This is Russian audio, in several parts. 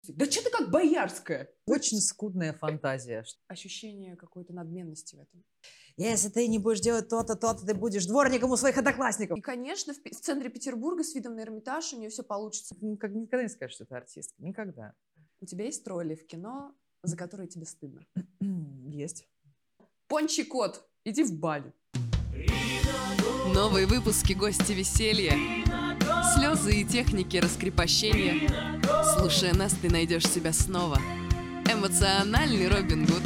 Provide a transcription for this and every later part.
акустик. Да что ты как боярская? Очень скудная фантазия. Ощущение какой-то надменности в этом. Если ты не будешь делать то-то, то-то, ты будешь дворником у своих одноклассников. И, конечно, в центре Петербурга с видом на Эрмитаж у нее все получится. Никогда не скажешь, что ты артистка. Никогда. У тебя есть роли в кино, за которые тебе стыдно? Есть. Пончик кот, иди в баню. Новые выпуски «Гости веселья», слезы и техники раскрепощения. Слушая нас, ты найдешь себя снова. Эмоциональный Робин Гуд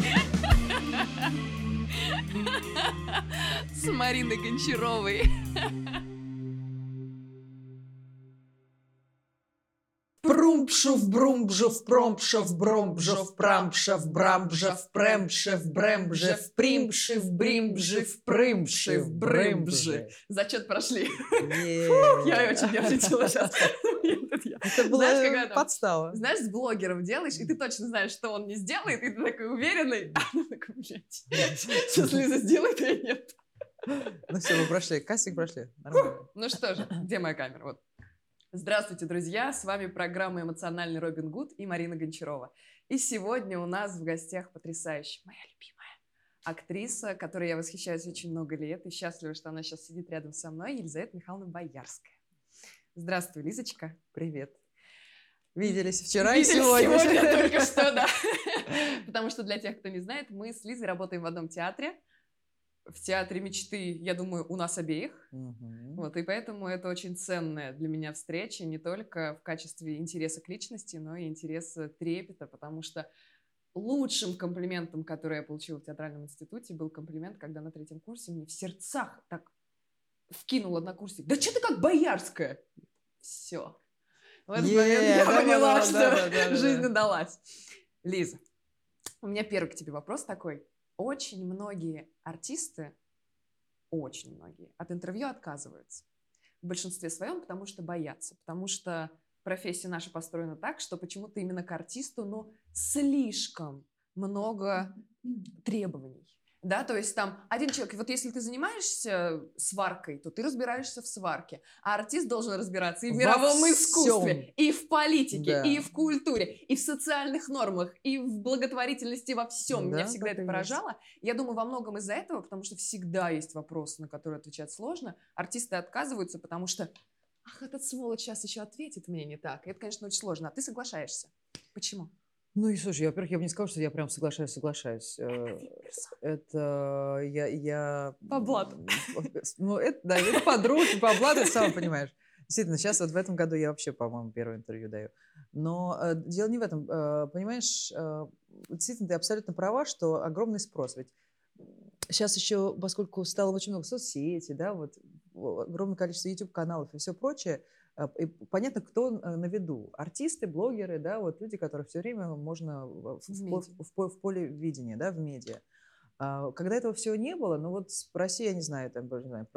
с Мариной Гончаровой. Прумпшев, брумбжев, промпшев, бромбжев, прампшев, брамбжев, премпшев, брембжев, примпшев, бримбжев, прымпшев, брымбжев. Зачет прошли. Я очень нервничала сейчас. Это была подстава. Знаешь, с блогером делаешь, и ты точно знаешь, что он не сделает, и ты такой уверенный, а она такой, блядь, сейчас Лиза сделает, а я нет. Ну все, мы прошли, кастинг прошли. Нормально. Ну что же, где моя камера? Вот. Здравствуйте, друзья! С вами программа «Эмоциональный Робин Гуд» и Марина Гончарова. И сегодня у нас в гостях потрясающая, моя любимая актриса, которой я восхищаюсь очень много лет, и счастлива, что она сейчас сидит рядом со мной, Елизавета Михайловна Боярская. Здравствуй, Лизочка. Привет. Виделись вчера и сегодня. Только что, да. Потому что для тех, кто не знает, мы с Лизой работаем в одном театре. В театре мечты, я думаю, у нас обеих. Вот, и поэтому это очень ценная для меня встреча, не только в качестве интереса к личности, но и интереса трепета, потому что лучшим комплиментом, который я получила в театральном институте, был комплимент, когда на 3-м курсе мне в сердцах так вкинул однокурсник. Да что ты как боярская? Все. В этот момент я поняла, что жизнь удалась. Лиза, у меня первый к тебе вопрос такой. Очень многие артисты, очень многие, от интервью отказываются. В большинстве своем, потому что боятся. Потому что профессия наша построена так, что почему-то именно к артисту, слишком много требований. Да, то есть там один человек, вот если ты занимаешься сваркой, то ты разбираешься в сварке, а артист должен разбираться и в мировом искусстве, и в политике, да, и в культуре, и в социальных нормах, и в благотворительности, во всем. Да, меня всегда это поражало. Я думаю, во многом из-за этого, потому что всегда есть вопросы, на которые отвечать сложно. Артисты отказываются, потому что, этот сволочь сейчас еще ответит мне не так. И это, конечно, очень сложно. А ты соглашаешься. Почему? Ну и слушай, во-первых, я бы не сказала, что я прям соглашаюсь. Это я... По блату. Ну, это, да, это по дружбе, по блату, ты сам понимаешь. Действительно, сейчас вот в этом году я вообще, по-моему, первое интервью даю. Но дело не в этом. Понимаешь, действительно, ты абсолютно права, что огромный спрос. Ведь сейчас еще, поскольку стало очень много соцсетей, да, вот огромное количество YouTube-каналов и все прочее, и понятно, кто на виду. Артисты, блогеры, да, вот люди, которых все время можно в поле видения, да, в медиа. Когда этого всего не было, ну вот спроси, я не знаю, там,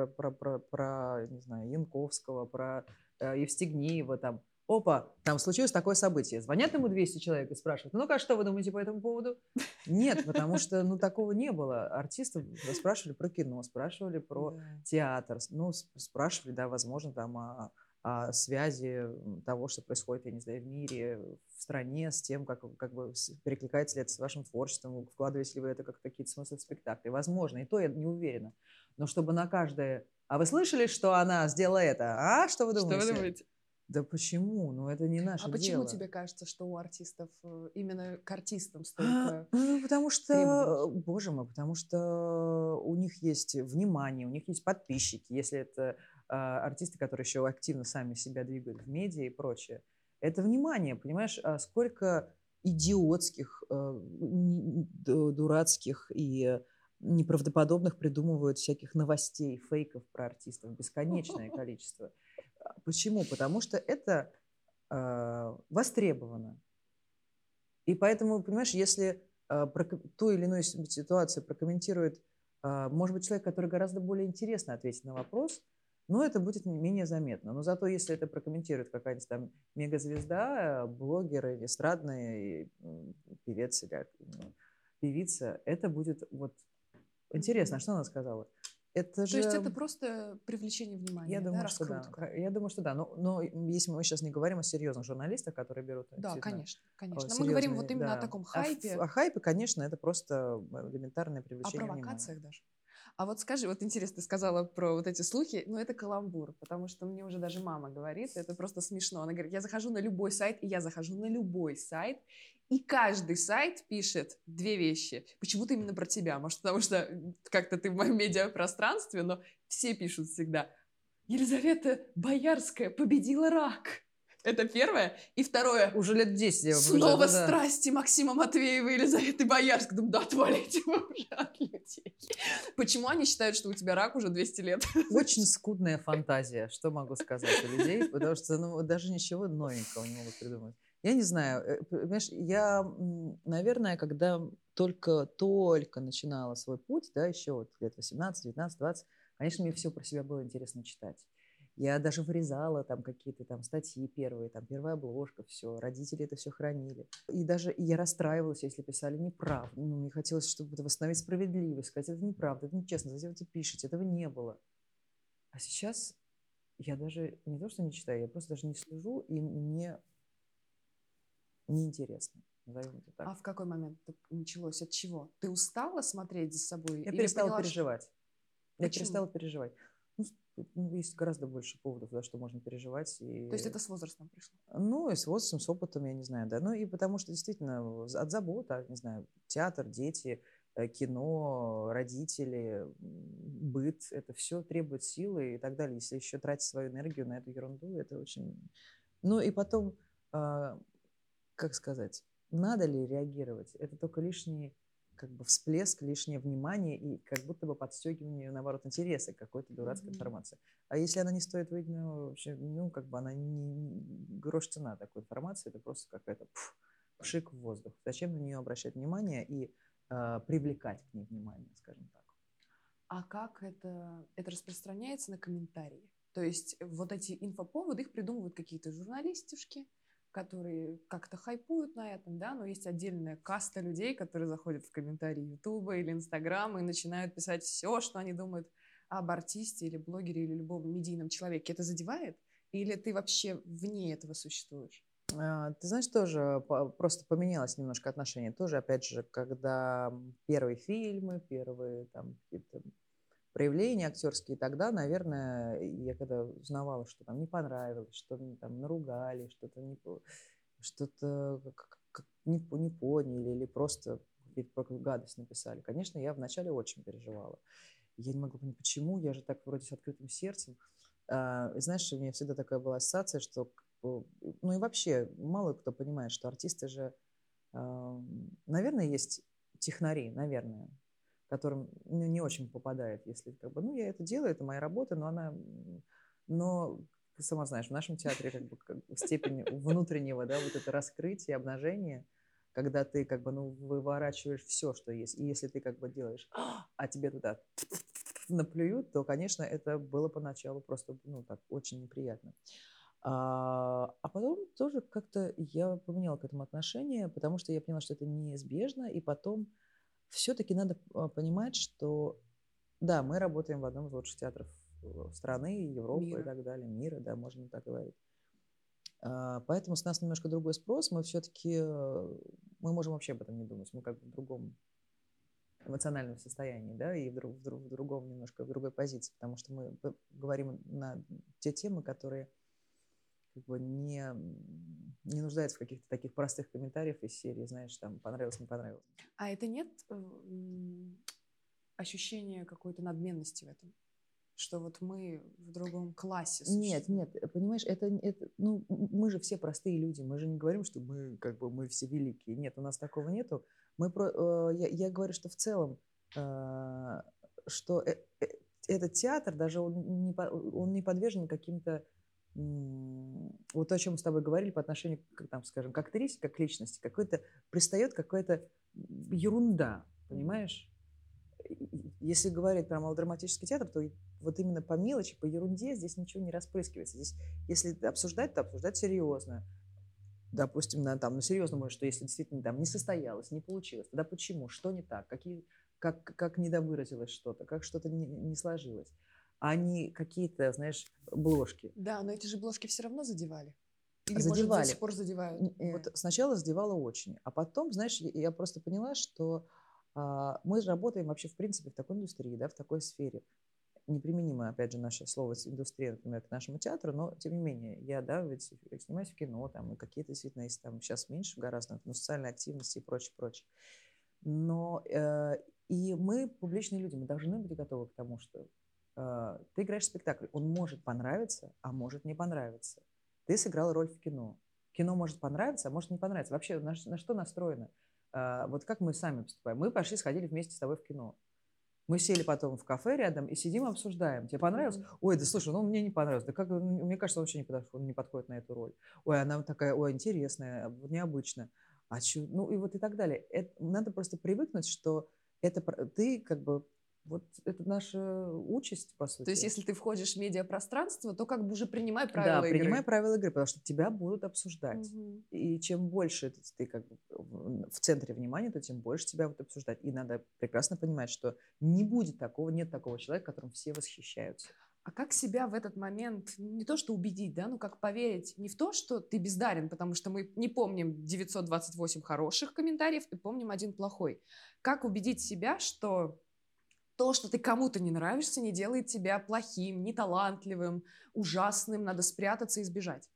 про не знаю, Янковского, про Евстигнеева, там, опа, там случилось такое событие. Звонят ему 200 человек и спрашивают, ну-ка, что вы думаете по этому поводу? Нет, потому что, такого не было. Артистов спрашивали про кино, спрашивали про театр, спрашивали, да, возможно, там, о связи того, что происходит, я не знаю, в мире, в стране, с тем, как бы перекликается ли это с вашим творчеством, вкладываете ли вы это как какие-то смыслы в спектакли. Возможно, и то я не уверена. Но чтобы на каждое... А вы слышали, что она сделала это? А? Что вы думаете? Что вы думаете? Да почему? Это не наше дело. А почему тебе кажется, что у артистов именно к артистам столько потому что, требований? Боже мой, потому что у них есть внимание, у них есть подписчики, если это артисты, которые еще активно сами себя двигают в медиа и прочее. Это внимание, понимаешь, сколько идиотских, дурацких и неправдоподобных придумывают всяких новостей, фейков про артистов, бесконечное количество. Почему? Потому что это востребовано. И поэтому, понимаешь, если ту или иную ситуацию прокомментирует, может быть, человек, который гораздо более интересно ответит на вопрос, но это будет менее заметно. Но зато если это прокомментирует какая-нибудь там мегазвезда, блогер или эстрадный певец или певица, это будет вот интересно. А что она сказала? Это же... То есть это просто привлечение внимания, Я думаю, раскрутка? Что да. Я думаю, что да. Но если мы сейчас не говорим о серьезных журналистах, которые берут... Да, конечно. Серьезные, Мы говорим вот именно о таком хайпе. О хайпе, конечно, это просто элементарное привлечение внимания. О провокациях даже. А вот скажи, вот интересно, ты сказала про вот эти слухи, но это каламбур, потому что мне уже даже мама говорит, это просто смешно. Она говорит, я захожу на любой сайт, и я захожу на любой сайт, и каждый сайт пишет две вещи. Почему-то именно про тебя. Может, потому что как-то ты в моем медиапространстве, но все пишут всегда. Елизавета Боярская победила рак. Это первое. И второе. Уже лет 10 я снова уже, страсти Максима Матвеева и Елизаветы Боярской. Думаю, да отвалите вы уже от людей. Почему они считают, что у тебя рак уже 200 лет? Очень скудная фантазия, что могу сказать у людей, потому что даже ничего новенького не могут придумать. Я не знаю, понимаешь, я, наверное, когда только начинала свой путь, да, еще вот лет 18, 19, 20, конечно, мне все про себя было интересно читать. Я даже вырезала там какие-то там статьи первые, там первая обложка, все, родители это все хранили. И даже я расстраивалась, если писали неправду. Мне хотелось, чтобы это восстановить справедливость, сказать, это неправда, это нечестно, зачем вы это пишете, этого не было. А сейчас я даже не то, что не читаю, я просто даже не слежу, и мне неинтересно. Назовем это так. А в какой момент это началось? От чего? Ты устала смотреть за собой? Я перестала переживать. Почему? Я перестала переживать. Есть гораздо больше поводов, за что можно переживать. То есть это с возрастом пришло? И с возрастом, с опытом, я не знаю, да. И потому что действительно от заботы, не знаю, театр, дети, кино, родители, быт, это все требует силы и так далее. Если еще тратить свою энергию на эту ерунду, это очень... И потом, как сказать, надо ли реагировать? Это только лишний всплеск, лишнее внимание и как будто бы подстегивание, наоборот, интереса к какой-то дурацкой информации. А если она не стоит вообще, она не грош цена такой информации, это просто какая-то пшик в воздух. Зачем на нее обращать внимание и привлекать к ней внимание, скажем так. А как это распространяется на комментарии? То есть вот эти инфоповоды, их придумывают какие-то журналистишки, которые как-то хайпуют на этом, да, но есть отдельная каста людей, которые заходят в комментарии Ютуба или Инстаграма и начинают писать все, что они думают об артисте или блогере или любом медийном человеке. Это задевает? Или ты вообще вне этого существуешь? Ты знаешь, тоже просто поменялось немножко отношение. Тоже, опять же, когда первые фильмы, первые там какие-то проявления актерские, тогда, наверное, я когда узнавала, что там не понравилось, что там наругали, что-то не поняли или просто какую-то гадость написали. Конечно, я вначале очень переживала. Я не могла понять, почему, я же так вроде с открытым сердцем. Знаешь, у меня всегда такая была ассоциация, что, и вообще, мало кто понимает, что артисты же, наверное, есть технари, наверное, которым не очень попадает, если я это делаю, это моя работа, но ты сама знаешь, в нашем театре степень внутреннего, да, вот это раскрытие, обнажение, когда ты выворачиваешь все, что есть, и если ты делаешь, а тебе туда наплюют, то, конечно, это было поначалу просто, так, очень неприятно. А потом тоже как-то я поменяла к этому отношение, потому что я поняла, что это неизбежно, и потом все-таки надо понимать, что да, мы работаем в одном из лучших театров страны, Европы и так далее, мира, да, можно так говорить. Поэтому с нас немножко другой спрос, мы можем вообще об этом не думать, мы в другом эмоциональном состоянии, да, и в другом немножко, в другой позиции, потому что мы говорим на те темы, которые не нуждаются в каких-то таких простых комментариях из серии, знаешь, там, понравилось, не понравилось. А это нет ощущения какой-то надменности в этом? Что вот мы в другом классе существуем? Нет, понимаешь, мы же все простые люди, мы же не говорим, что мы все великие. Нет, у нас такого нету. Я говорю, что в целом, что этот театр, даже он не подвержен каким-то вот то, о чем мы с тобой говорили по отношению скажем, к актрисе, как к личности, пристает какая-то ерунда, понимаешь? Если говорить про малодраматический театр, то вот именно по мелочи, по ерунде здесь ничего не распрыскивается. Здесь, если обсуждать, то обсуждать серьезно. Допустим, серьезно, может, что если действительно там не состоялось, не получилось, тогда почему, что не так, какие как недовыразилось что-то, как что-то не сложилось, а не какие-то, знаешь, бложки. Да, но эти же бложки все равно задевали. Или, Задевали. может, до сих пор задевают? Вот сначала задевало очень, а потом, знаешь, я просто поняла, что мы же работаем вообще, в принципе, в такой индустрии, да, в такой сфере. Неприменимо, опять же, наше слово индустрия, например, к нашему театру, но, тем не менее, я, да, ведь снимаюсь в кино, там, и какие-то, действительно, есть там сейчас меньше гораздо, но социальной активности и прочее, прочее. Но и мы публичные люди, мы должны быть готовы к тому, что ты играешь спектакль, он может понравиться, а может не понравиться. Ты сыграл роль в кино. Кино может понравиться, а может не понравиться. Вообще, на что настроено? Вот как мы сами поступаем? Мы пошли, сходили вместе с тобой в кино. Мы сели потом в кафе рядом и сидим, обсуждаем. Тебе понравилось? Ой, да слушай, ну мне не понравилось. Да как, мне кажется, он вообще не подходит на эту роль. Ой, она такая, ой, интересная, необычная. А чё? Ну и вот и так далее. Надо просто привыкнуть, что это ты как бы вот это наша участь, по сути. То есть, если ты входишь в медиапространство, то как бы уже принимай правила игры. Да, принимай правила игры, потому что тебя будут обсуждать. И чем больше ты как бы в центре внимания, то тем больше тебя будут обсуждать. И надо прекрасно понимать, что не будет такого, нет такого человека, которым все восхищаются. А как себя в этот момент, не то что убедить, да, ну как поверить не в то, что ты бездарен, потому что мы не помним 928 хороших комментариев и помним один плохой. Как убедить себя, что то, что ты кому-то не нравишься, не делает тебя плохим, неталантливым, ужасным, надо спрятаться и сбежать?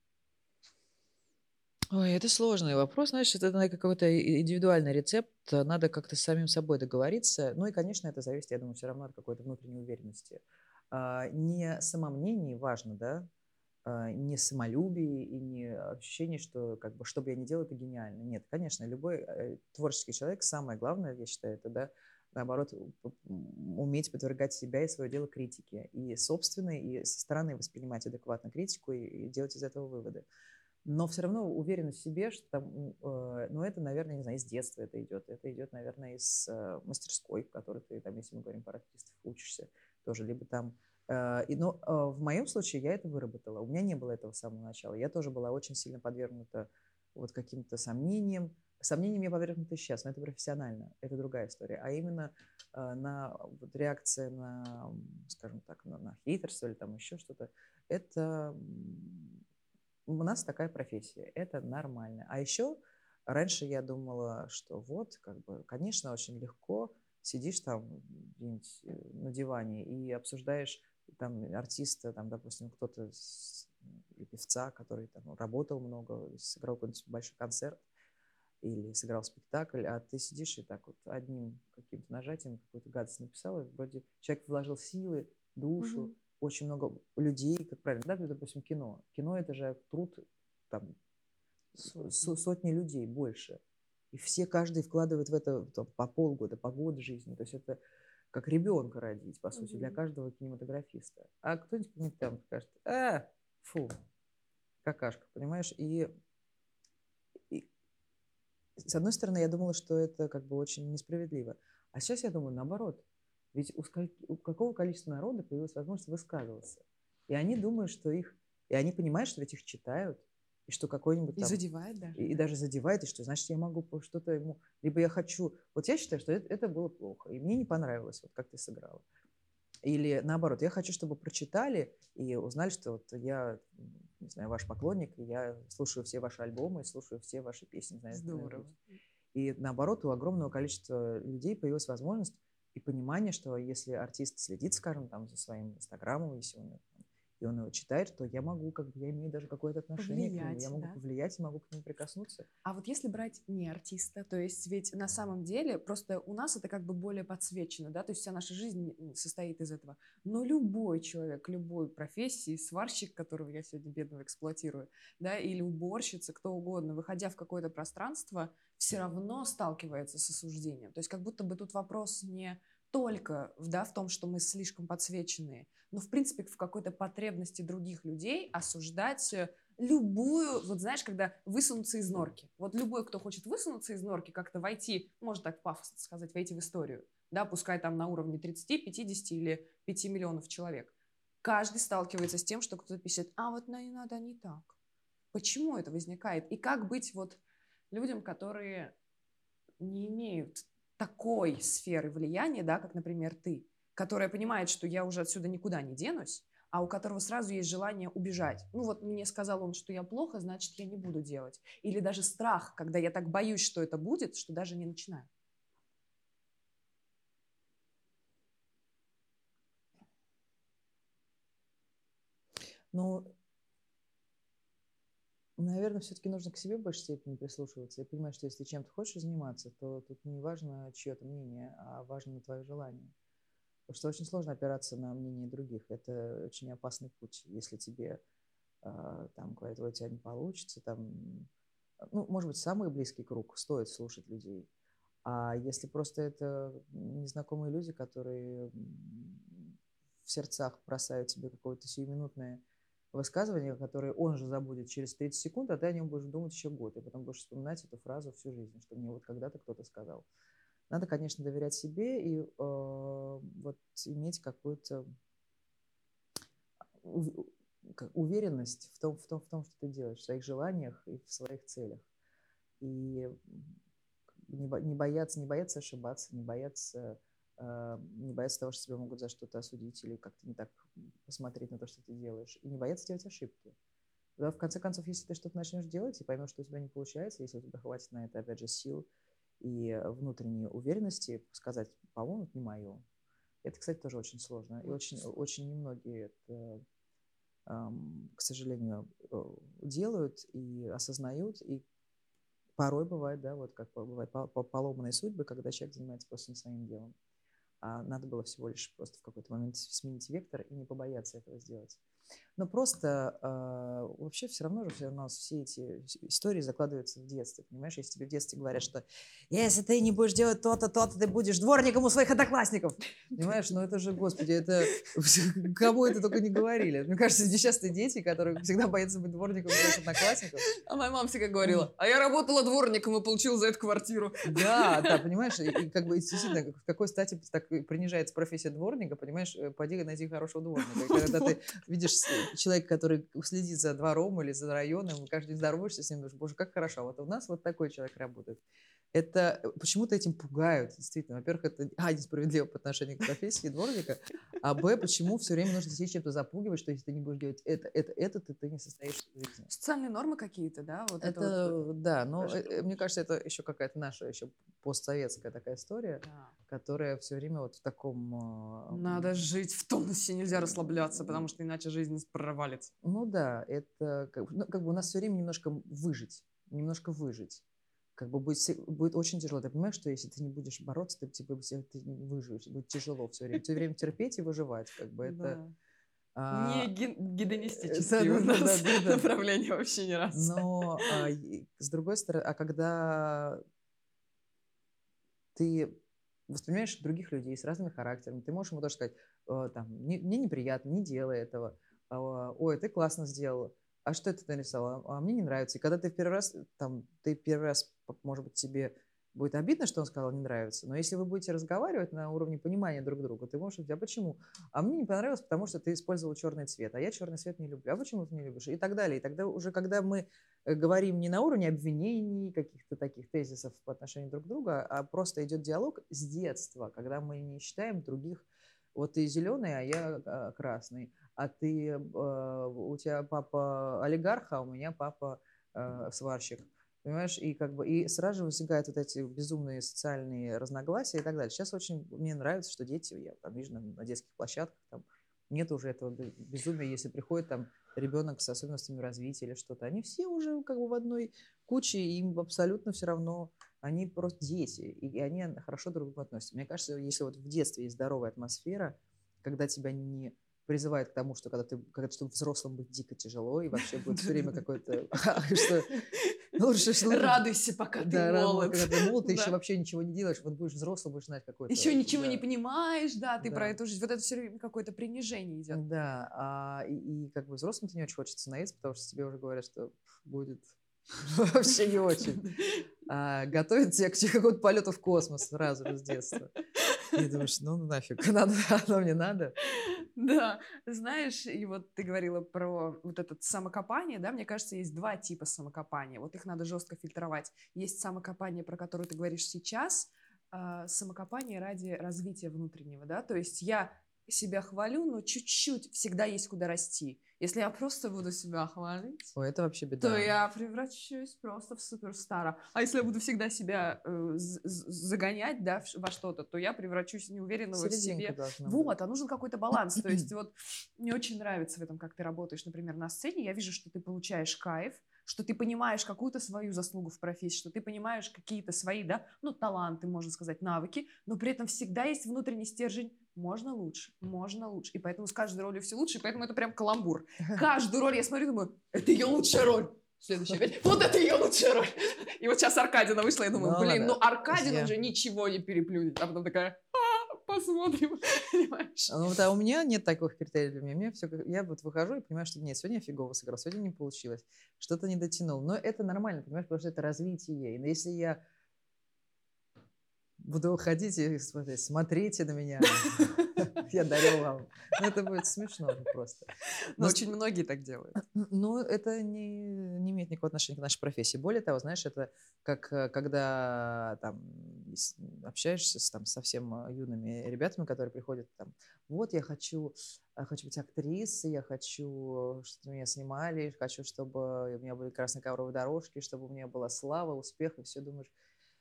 Ой, это сложный вопрос, знаешь, это какой-то индивидуальный рецепт, надо как-то с самим собой договориться. Ну и, конечно, это зависит, я думаю, все равно от какой-то внутренней уверенности. Не самомнение важно, да, не самолюбие и не ощущение, что как бы, что бы я ни делал, это гениально. Нет, конечно, любой творческий человек, самое главное, я считаю, это, да, наоборот, уметь подвергать себя и свое дело критике. И собственной, и со стороны воспринимать адекватно критику и делать из этого выводы. Но все равно уверенность в себе, что там, ну, это, наверное, не знаю, из детства это идет, наверное, из мастерской, в которой ты, там, если мы говорим про артистов, учишься тоже, либо там. Но в моем случае я это выработала. У меня не было этого с самого начала. Я тоже была очень сильно подвергнута вот каким-то сомнениям. Сомнениям я подвергнута сейчас, но это профессионально, это другая история. А именно на вот, реакция на, скажем так, на хейтерство или там еще что-то, это... У нас такая профессия, это нормально. А еще раньше я думала, что вот, как бы, конечно, очень легко сидишь там где-нибудь на диване и обсуждаешь там артиста, там, допустим, кто-то певца, который там работал много, сыграл какой-нибудь большой концерт или сыграл спектакль, а ты сидишь и так вот одним каким-то нажатием какую-то гадость написал, и вроде человек вложил силы, душу, очень много людей, как правильно, да, допустим, кино. Кино — это же труд там, сотни людей, больше. И все, каждый вкладывает в это там, по полгода, по году жизни. То есть это как ребенка родить, по сути, для каждого кинематографиста. А кто-нибудь там скажет, фу, какашка, понимаешь? И с одной стороны, я думала, что это как бы очень несправедливо. А сейчас я думаю, наоборот. Ведь у какого количества народа появилась возможность высказываться. И они думают, что их... И они понимают, что ведь их читают. И что какой-нибудь там... И задевает даже. И даже задевает, и что, значит, я могу что-то ему... Либо я хочу... Вот я считаю, что это было плохо. И мне не понравилось, вот как ты сыграла. Или наоборот, я хочу, чтобы прочитали и узнали, что вот я, не знаю, ваш поклонник, и я слушаю все ваши альбомы, слушаю все ваши песни. Знаю, здорово. И наоборот, у огромного количества людей появилась возможность и понимание, что если артист следит, скажем, там, за своим инстаграмом, если он, и он его читает, то я могу, как бы, я имею даже какое-то отношение к нему, я могу повлиять и могу к нему прикоснуться. А вот если брать не артиста, то есть ведь на самом деле просто у нас это как бы более подсвечено, да, то есть вся наша жизнь состоит из этого. Но любой человек, любой профессии, сварщик, которого я сегодня бедного эксплуатирую, да, или уборщица, кто угодно, выходя в какое-то пространство, все равно сталкивается с осуждением. То есть как будто бы тут вопрос не только, да, в том, что мы слишком подсвеченные, но, в принципе, в какой-то потребности других людей осуждать любую, вот знаешь, когда высунуться из норки. Вот любой, кто хочет высунуться из норки, как-то войти, можно так пафосно сказать, войти в историю, да, пускай там на уровне 30, 50 или 5 миллионов человек. Каждый сталкивается с тем, что кто-то пишет, а вот надо не так. Почему это возникает? И как быть вот людям, которые не имеют такой сферы влияния, да, как, например, ты, которая понимает, что я уже отсюда никуда не денусь, а у которого сразу есть желание убежать. Ну вот мне сказал он, что я плохо, значит, я не буду делать. Или даже страх, когда я так боюсь, что это будет, что даже не начинаю. Ну, наверное, все-таки нужно к себе в большей степени прислушиваться. Я понимаю, что если чем-то хочешь заниматься, то тут не важно чье-то мнение, а важно твое желание. Потому что очень сложно опираться на мнение других. Это очень опасный путь, если тебе там говорят, у тебя не получится, там, ну, может быть, самый близкий круг, стоит слушать людей. А если просто это незнакомые люди, которые в сердцах бросают тебе какое-то сиюминутное высказывание, которое он же забудет через 30 секунд, а ты о нем будешь думать еще год, и потом будешь вспоминать эту фразу всю жизнь, что мне вот когда-то кто-то сказал. Надо, конечно, доверять себе и вот иметь какую-то уверенность в том, что ты делаешь, в своих желаниях и в своих целях. И не бояться ошибаться, не бояться того, что тебя могут за что-то осудить или как-то не так посмотреть на то, что ты делаешь. И не бояться делать ошибки. Да, в конце концов, если ты что-то начнешь делать и поймешь, что у тебя не получается, если у тебя хватит на это, опять же, сил и внутренней уверенности сказать, по-моему, это не мое. Это, кстати, тоже очень сложно. И очень немногие это, к сожалению, делают и осознают. И порой бывает, да, вот как бывают поломанные судьбы, когда человек занимается просто не своим делом. А надо было всего лишь просто в какой-то момент сменить вектор и не побояться этого сделать. Но просто вообще все равно же у нас все эти истории закладываются в детстве, понимаешь? Если тебе в детстве говорят, что если ты не будешь делать то-то, то-то, ты будешь дворником у своих одноклассников. Понимаешь? Ну это же, господи, это кому это только не говорили. Мне кажется, несчастные дети, которые всегда боятся быть дворником у своих одноклассников. А моя мама всегда говорила, а я работала дворником и получила за это квартиру. Да, понимаешь? И как бы действительно, в какой стати так принижается профессия дворника, понимаешь? Пойди найти хорошего дворника. И когда ты видишь человека, который следит за двором или за районом, каждый день здороваешься с ним, думаешь, боже, как хорошо, вот у нас вот такой человек работает. Это почему-то этим пугают, действительно. Во-первых, это несправедливо по отношению к профессии дворника, а почему все время нужно детей чем-то запугивать, что если ты не будешь делать это, ты не состоишь в жизни. Социальные нормы какие-то, да? Вот это вот, да, но мне кажется, это еще какая-то наша еще постсоветская такая история, да, которая все время вот в таком... Надо жить в тонусе, нельзя расслабляться, потому что иначе жизнь провалится. Ну да, это как бы у нас все время немножко выжить. Как бы будет очень тяжело. Ты понимаешь, что если ты не будешь бороться, ты не выживешь. Будет тяжело все время терпеть и выживать. Как бы это... Не гедонистические у нас направления вообще ни разу. Но с другой стороны, когда ты воспринимаешь других людей с разными характерами, ты можешь ему тоже сказать, там, мне неприятно, не делай этого. Ой, ты классно сделала. А что это ты нарисовала? А мне не нравится. И когда ты первый раз, может быть, тебе будет обидно, что он сказал, не нравится, но если вы будете разговаривать на уровне понимания друг друга, ты можешь говорить, а почему? А мне не понравилось, потому что ты использовал черный цвет, а я черный цвет не люблю. А почему ты не любишь? И так далее. И тогда уже, когда мы говорим не на уровне обвинений, каких-то таких тезисов по отношению друг к другу, а просто идет диалог с детства, когда мы не считаем других, вот ты зеленый, а я красный, а у тебя папа олигарх, а у меня папа сварщик. Понимаешь, и сразу же возникают вот эти безумные социальные разногласия и так далее. Сейчас очень мне нравится, что дети, я там вижу на детских площадках, там нет уже этого безумия, если приходит там ребенок с особенностями развития или что-то. Они все уже как бы в одной куче, и им абсолютно все равно, они просто дети, и они хорошо друг к другу относятся. Мне кажется, если вот в детстве есть здоровая атмосфера, когда тебя не призывает к тому, что что взрослым быть дико тяжело, и вообще будет все время какой-то... Радуйся, пока ты молод. Когда ты молод, ты еще вообще ничего не делаешь, вот будешь взрослым, будешь знать какой-то... Еще ничего не понимаешь, да, ты про эту жизнь. Вот это все время какое-то принижение идет. Да, и как бы взрослым тебе не очень хочется становиться, потому что тебе уже говорят, что будет вообще не очень. Готовят тебя к какому-то полету в космос сразу с детства. И думаешь, ну нафиг, оно мне надо. Да, знаешь, и вот ты говорила про вот это самокопание, да, мне кажется, есть два типа самокопания, вот их надо жестко фильтровать. Есть самокопание, про которое ты говоришь сейчас, самокопание ради развития внутреннего, да, то есть я себя хвалю, но чуть-чуть всегда есть куда расти. Если я просто буду себя хвалить, это вообще беда. То я превращусь просто в суперстара. А если я буду всегда себя загонять, да, во что-то, то я превращусь в неуверенного в себе. Вот, а нужен какой-то баланс. То есть вот мне очень нравится в этом, как ты работаешь, например, на сцене. Я вижу, что ты получаешь кайф, что ты понимаешь какую-то свою заслугу в профессии, что ты понимаешь какие-то свои, да, ну, таланты, можно сказать, навыки, но при этом всегда есть внутренний стержень. Можно лучше, можно лучше. И поэтому с каждой ролью все лучше, и поэтому это прям каламбур. Каждую роль я смотрю, думаю, это ее лучшая роль. Следующая опять, вот это ее лучшая роль. И вот сейчас Аркадина вышла, я думаю, ну Аркадина уже ничего не переплюнет. А потом такая, посмотрим, понимаешь? Ну, да, у меня нет таких критериев для меня. Я вот выхожу и понимаю, что нет, сегодня я фигово сыграл, сегодня не получилось, что-то не дотянул. Но это нормально, понимаешь, потому что это развитие. И если я буду ходить и смотреть, смотрите на меня, я дарю вам. Ну, это будет смешно просто. Но очень многие так делают. Но это не имеет никакого отношения к нашей профессии. Более того, знаешь, это как когда там общаешься с совсем юными ребятами, которые приходят там, вот я хочу быть актрисой, я хочу, чтобы меня снимали, хочу, чтобы у меня были красные ковровые дорожки, чтобы у меня была слава, успех, и все думаешь,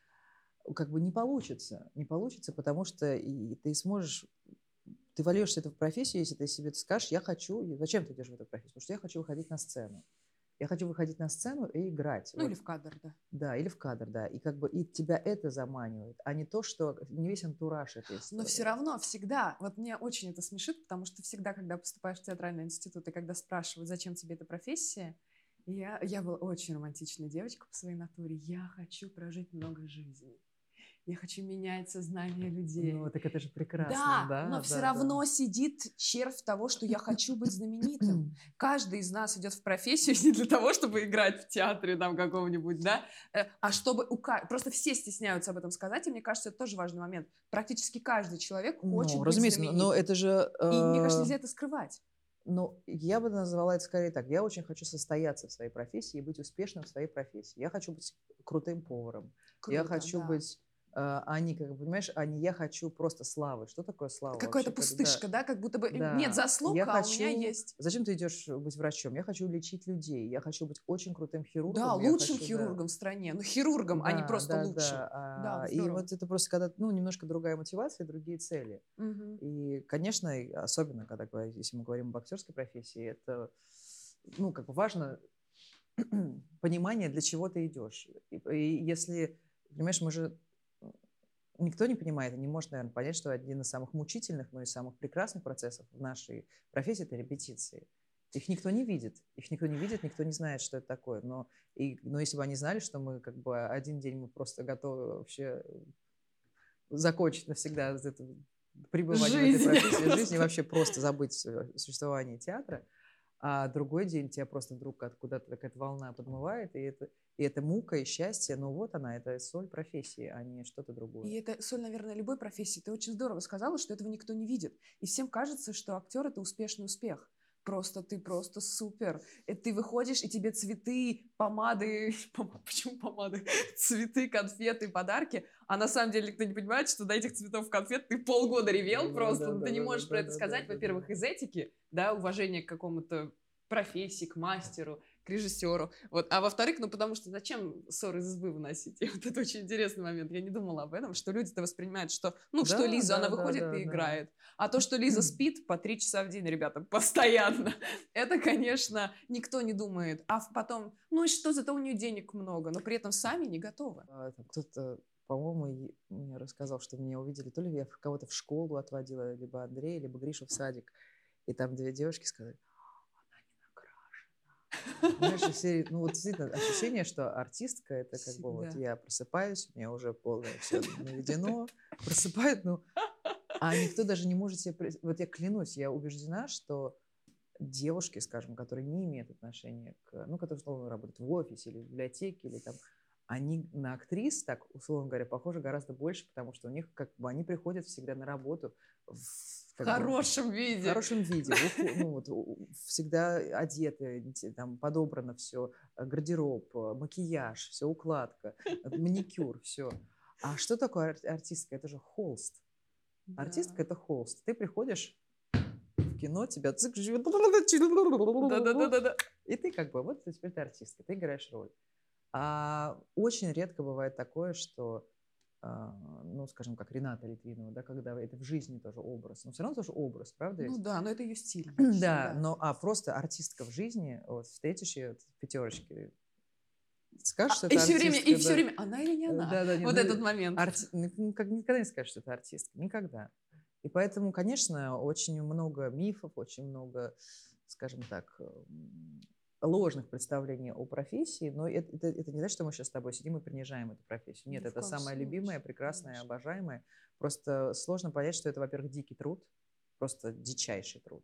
как бы не получится, потому что и ты сможешь, ты вольешься в эту профессию, если ты себе скажешь, я хочу, зачем ты идешь в эту профессию? Потому что я хочу выходить на сцену. Я хочу выходить на сцену и играть. Ну, вот. Или в кадр, да. Да, или в кадр, да. И как бы и тебя это заманивает, а не то, что не весь антураж этой истории. Но все равно всегда, вот меня очень это смешит, потому что всегда, когда поступаешь в театральный институт, и когда спрашивают, зачем тебе эта профессия, я была очень романтичная девочка по своей натуре. Я хочу прожить много жизней. Я хочу менять сознание людей. Ну, так это же прекрасно, да? Но все равно сидит червь того, что я хочу быть знаменитым. Каждый из нас идет в профессию не для того, чтобы играть в театре там какого-нибудь, да, а чтобы... Просто все стесняются об этом сказать, и мне кажется, это тоже важный момент. Практически каждый человек хочет быть знаменитым. Но это же... И мне кажется, нельзя это скрывать. Ну, я бы назвала это скорее так. Я очень хочу состояться в своей профессии и быть успешным в своей профессии. Я хочу быть крутым поваром. Я хочу быть... понимаешь, я хочу просто славы. Что такое слава? Какая-то пустышка, да? Как будто бы нет заслуг, у меня есть. Зачем ты идешь быть врачом? Я хочу лечить людей. Я хочу быть очень крутым хирургом. Да, лучшим хирургом в стране. Ну, хирургом, а не просто лучшим. Да, и вот это просто когда, немножко другая мотивация, другие цели. И, конечно, особенно, если мы говорим об актерской профессии, это, как бы важно понимание, для чего ты идешь. И если, понимаешь, никто не понимает и не может, наверное, понять, что один из самых мучительных, но и самых прекрасных процессов в нашей профессии – это репетиции. Их никто не видит, никто не знает, что это такое. Но если бы они знали, что мы как бы один день мы просто готовы вообще закончить навсегда это пребывание в этой профессии, жизнь и вообще просто забыть о существовании театра, а другой день тебя просто вдруг откуда-то какая-то волна подмывает, и это мука и счастье, но вот она, это соль профессии, а не что-то другое. И это соль, наверное, любой профессии. Ты очень здорово сказала, что этого никто не видит. И всем кажется, что актер – это успешный успех. Ты просто супер. И ты выходишь, и тебе цветы, помады, почему помады? Цветы, конфеты, подарки. А на самом деле никто не понимает, что до этих цветов конфет ты полгода ревел просто. Ты не можешь про это сказать, во-первых, из этики, да, уважения к какому-то профессии, к мастеру, к режиссеру. Вот. А во-вторых, потому что зачем ссоры из избы выносить? И вот это очень интересный момент. Я не думала об этом, что люди-то воспринимают, что, что Лиза, она выходит и играет. А то, что Лиза спит по 3 часа в день, ребята, постоянно, это, конечно, никто не думает. А потом, и что, зато у нее денег много, но при этом сами не готовы. Кто-то, по-моему, мне рассказал, что меня увидели, то ли я кого-то в школу отводила, либо Андрея, либо Гришу в садик. И там 2 девушки сказали, знаешь, действительно, ощущение, что артистка, это как бы вот я просыпаюсь, у меня уже полное все наведено, просыпают, а никто даже не может себе... Вот я клянусь, я убеждена, что девушки, скажем, которые не имеют отношения которые, условно, работают в офисе или в библиотеке, или там, они на актрис, так, условно говоря, похожи гораздо больше, потому что у них, как бы, они приходят всегда на работу в хорошем виде. В хорошем виде. Всегда одеты, там подобрано все, гардероб, макияж, все, укладка, маникюр, все. А что такое артистка? Это же холст. Да. Артистка – это холст. Ты приходишь в кино, тебя... Да. И ты как бы, вот теперь ты артистка, ты играешь роль. А очень редко бывает такое, что, ну, скажем, как Рената Литвинова, да, когда это в жизни тоже образ. Но все равно тоже образ, правда? Ну да, но это ее стиль. Да, но просто артистка в жизни, вот встретишь ее в пятерочке, скажешь, что это артистка. И все время, она или не она? Да, вот этот момент. Никогда не скажешь, что это артистка. Никогда. И поэтому, конечно, очень много мифов, очень много, скажем так, ложных представлений о профессии, но это не значит, что мы сейчас с тобой сидим и принижаем эту профессию. Нет, это самая любимая, прекрасная, конечно, обожаемая. Просто сложно понять, что это, во-первых, дикий труд, просто дичайший труд,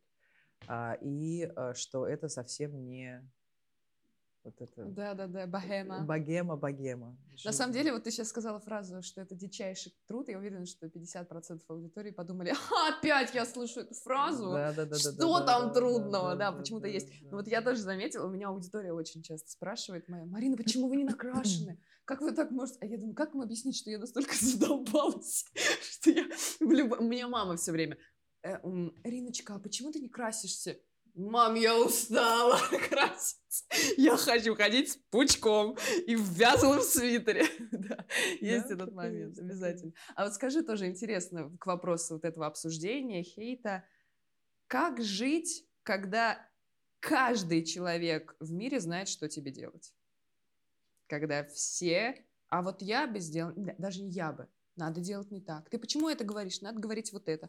и что это совсем не... Вот это... Да, богема. Богема. На самом деле, вот ты сейчас сказала фразу, что это дичайший труд. Я уверена, что 50% аудитории подумали: опять я слышу эту фразу. Что там трудного? Да, почему-то есть. Но вот я тоже заметила, у меня аудитория очень часто спрашивает моя: Марина, почему вы не накрашены? Как вы так можете? А я думаю, как им объяснить, что я настолько задолбалась, что я... У меня мама все время: Риночка, а почему ты не красишься? Мам, я устала краситься. Я хочу ходить с пучком и в вязаном свитере. Да, есть этот момент, обязательно. А вот скажи, тоже интересно, к вопросу вот этого обсуждения, хейта. Как жить, когда каждый человек в мире знает, что тебе делать? Когда все... А вот я бы сделала... Даже не я бы. Надо делать не так. Ты почему это говоришь? Надо говорить вот это.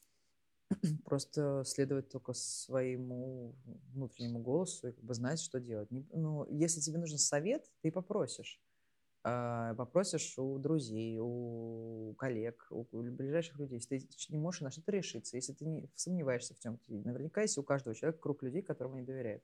Просто следовать только своему внутреннему голосу и как бы знать, что делать. Ну, если тебе нужен совет, ты попросишь. Попросишь у друзей, у коллег, у ближайших людей. Если ты не можешь на что-то решиться, если ты не сомневаешься в чем-то, наверняка есть у каждого человека круг людей, которым они доверяют.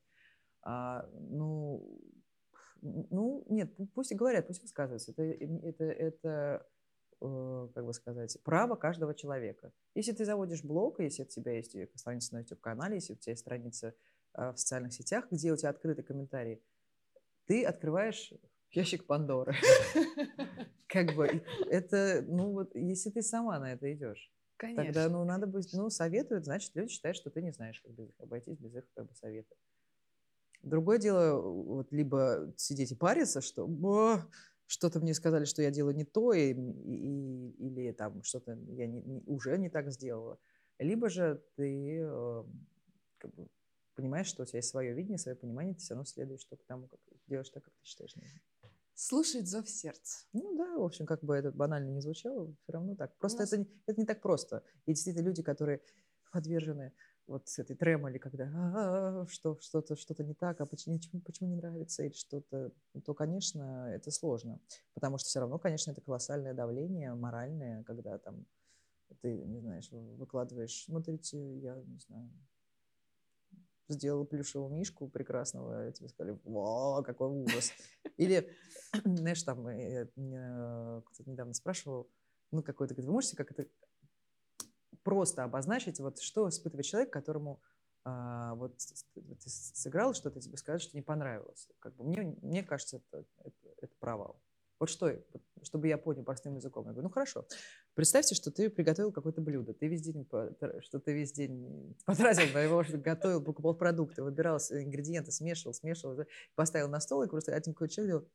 Нет, пусть и говорят, пусть высказываются. Это как бы сказать, право каждого человека. Если ты заводишь блог, если у тебя есть страница на YouTube-канале, если у тебя есть страница в социальных сетях, где у тебя открыты комментарии, ты открываешь ящик Пандоры. Как бы это, ну вот, если ты сама на это идешь, тогда, ну, надо быть, ну, советуют, значит, люди считают, что ты не знаешь, как обойтись без их как бы совета. Другое дело, вот, либо сидеть и париться, что что-то мне сказали, что я делаю не то, или там что-то я уже не так сделала. Либо же ты как бы понимаешь, что у тебя есть свое видение, свое понимание, ты все равно следуешь только тому, как делаешь так, как ты считаешь нужным. Слушать зов сердца. Ну да, в общем, как бы это банально не звучало, все равно так. Просто это не так просто. И действительно люди, которые подвержены вот с этой тремоли, когда что-то не так, а почему не нравится или что-то, то, конечно, это сложно. Потому что все равно, конечно, это колоссальное давление моральное, когда там ты, не знаешь, выкладываешь, смотрите, я, не знаю, сделала плюшевого мишку прекрасного, и тебе сказали: «Во, какой ужас!» Или, знаешь, там, кто-то недавно спрашивал, ну, какой-то, говорит: вы можете как это просто обозначить, вот что испытывает человек, которому вот ты сыграл что-то, тебе сказали, что не понравилось. Как бы мне кажется, это провал. Вот что, чтобы я понял простым языком. Я говорю: ну хорошо, представьте, что ты приготовил какое-то блюдо, ты весь день потратил на его, что готовил, покупал продукты, выбирал ингредиенты, смешивал, поставил на стол, и просто один какой-то человек делал: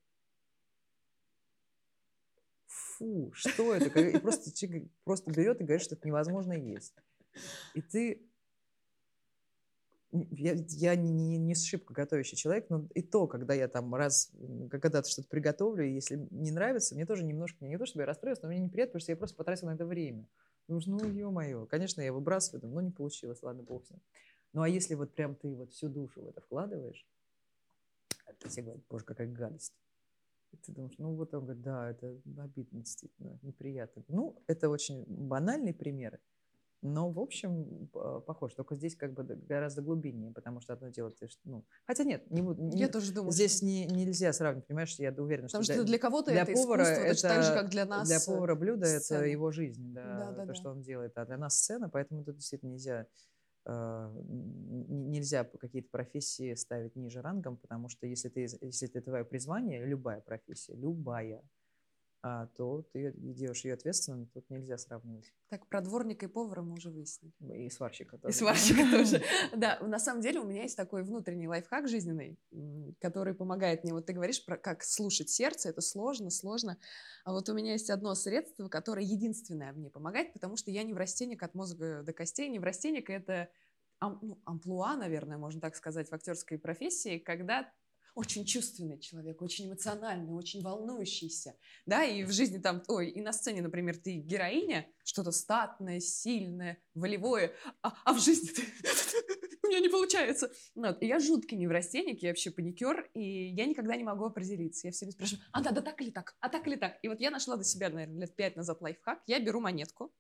фу, что это? И просто берет и говорит, что это невозможно есть. И ты... Я не шибко готовящий человек, но и то, когда я там когда-то что-то приготовлю, и если не нравится, мне тоже немножко, не то чтобы я расстроилась, но мне неприятно, потому что я просто потратила на это время. Ну, ё-моё, конечно, я выбрасываю, но не получилось, ладно, бог с ним. Ну, а если вот прям ты вот всю душу в это вкладываешь, то все говорят: боже, какая гадость. И ты думаешь, ну вот он говорит: да, это обидно, действительно, неприятно. Ну, это очень банальный пример, но, в общем, похож. Только здесь как бы гораздо глубиннее, потому что одно дело, хотя нет, не буду. Я тоже думаю, здесь что... нельзя сравнивать, понимаешь, я уверена, потому что для кого-то это повара искусство, точно так же, как для нас. Для повара блюдо сцена. Это его жизнь, Да. Что он делает, а для нас сцена, поэтому тут действительно нельзя какие-то профессии ставить ниже рангом, потому что если это твое призвание, любая профессия, любая, то ты делаешь ее ответственным, тут нельзя сравнивать. Так, про дворника и повара мы уже выяснили. И сварщика тоже. И сварщика тоже. Да, на самом деле у меня есть такой внутренний лайфхак жизненный, который помогает мне. Вот ты говоришь про как слушать сердце, это сложно. А вот у меня есть одно средство, которое единственное мне помогает, потому что я неврастенник от мозга до костей. Неврастенник — это амплуа, наверное, можно так сказать, в актерской профессии, когда очень чувственный человек, очень эмоциональный, очень волнующийся, да, и в жизни там, и на сцене, например, ты героиня, что-то статное, сильное, волевое, а в жизни у меня не получается. Вот. И я жуткий неврастенник, я вообще паникер, и я никогда не могу определиться. Я все время спрашиваю, да так или так, а так или так? И вот я нашла для себя, наверное, лет 5 назад лайфхак. Я беру монетку,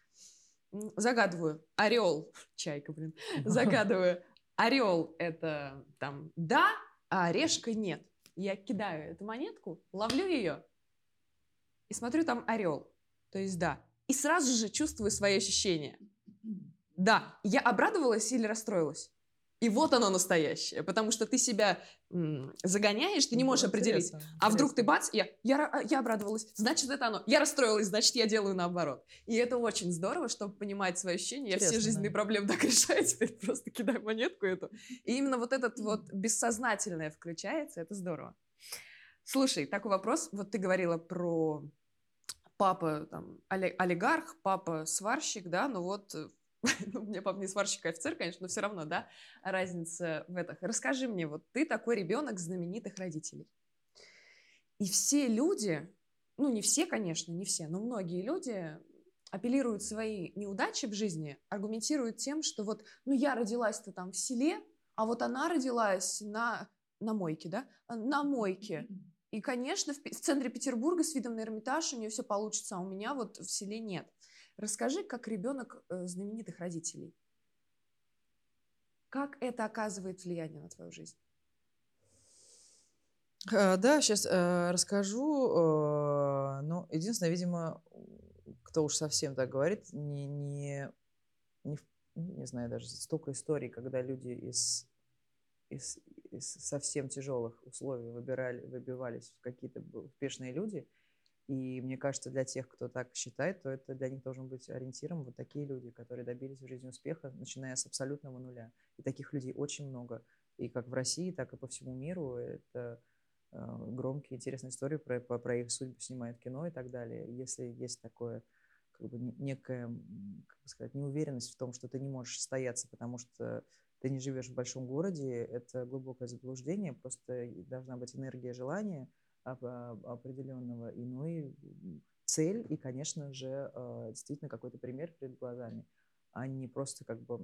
загадываю орел, чайка, загадываю орел — это там да, а решка нет. Я кидаю эту монетку, ловлю ее и смотрю, там орел, то есть да. И сразу же чувствую свои ощущения. Да, я обрадовалась или расстроилась? И вот оно настоящее, потому что ты себя загоняешь, ты не можешь определить. А вдруг ты бац, я обрадовалась, значит, это оно. Я расстроилась, значит, я делаю наоборот. И это очень здорово, чтобы понимать свои ощущения. Я все жизненные проблемы так решаю, теперь просто кидаю монетку эту. И именно вот этот вот бессознательное включается, это здорово. Слушай, такой вопрос. Вот ты говорила про папа там олигарх, папа сварщик, да, ну вот... у меня папа не сварщик, а офицер, конечно, но все равно, да, разница в этом. Расскажи мне, вот ты такой ребенок знаменитых родителей. И все люди, не все, конечно, не все, но многие люди апеллируют свои неудачи в жизни, аргументируют тем, что вот, я родилась-то там в селе, а вот она родилась на мойке, да, на мойке. И, конечно, в центре Петербурга с видом на Эрмитаж у нее все получится, а у меня вот в селе нет. Расскажи, как ребенок знаменитых родителей. Как это оказывает влияние на твою жизнь? Да, сейчас расскажу. Но единственное, видимо, кто уж совсем так говорит, не знаю даже столько историй, когда люди из совсем тяжелых условий выбивались в какие-то успешные люди. И мне кажется, для тех, кто так считает, то это для них должен быть ориентиром вот такие люди, которые добились в жизни успеха, начиная с абсолютного нуля. И таких людей очень много. И как в России, так и по всему миру. Это громкие, интересные истории про их судьбу снимают кино и так далее. Если есть такое, некая, неуверенность в том, что ты не можешь состояться, потому что ты не живешь в большом городе, это глубокое заблуждение. Просто должна быть энергия желания определенного, и цель, и, конечно же, действительно какой-то пример перед глазами, а не просто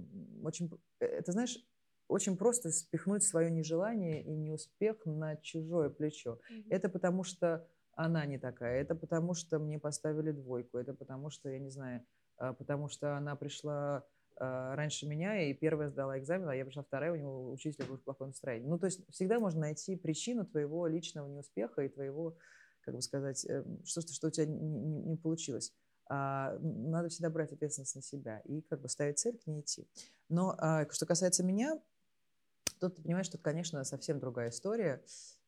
это, знаешь, очень просто спихнуть свое нежелание и неуспех на чужое плечо. Это потому что она не такая, это потому что мне поставили 2, это потому что, я не знаю, потому что она пришла раньше меня и первая сдала экзамен, а я пришла 2, у него учителя было плохое настроение. То есть всегда можно найти причину твоего личного неуспеха и твоего, что у тебя не получилось. Надо всегда брать ответственность на себя и ставить цель, к ней идти. Но что касается меня, тут ты понимаешь, что это, конечно, совсем другая история.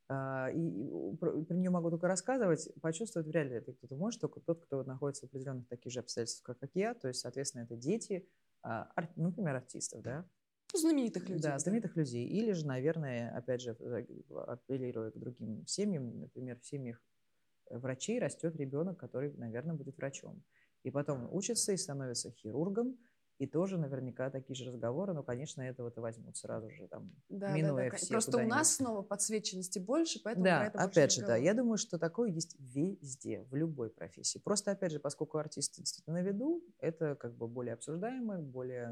И про нее могу только рассказывать, почувствовать вряд ли это кто-то может, только тот, кто находится в определенных таких же обстоятельствах, как я, то есть, соответственно, это дети, например, артистов, да? Знаменитых людей. Да, знаменитых людей. Или же, наверное, опять же, апеллируя к другим семьям, например, в семьях врачей растет ребенок, который, наверное, будет врачом. И потом учится и становится хирургом, и тоже наверняка такие же разговоры, но, конечно, этого-то возьмут сразу же, минуя все. Просто у нас снова подсвеченности больше, поэтому да, про это опять же, да, я думаю, что такое есть везде, в любой профессии. Просто, опять же, поскольку артисты действительно на виду, это более обсуждаемо, более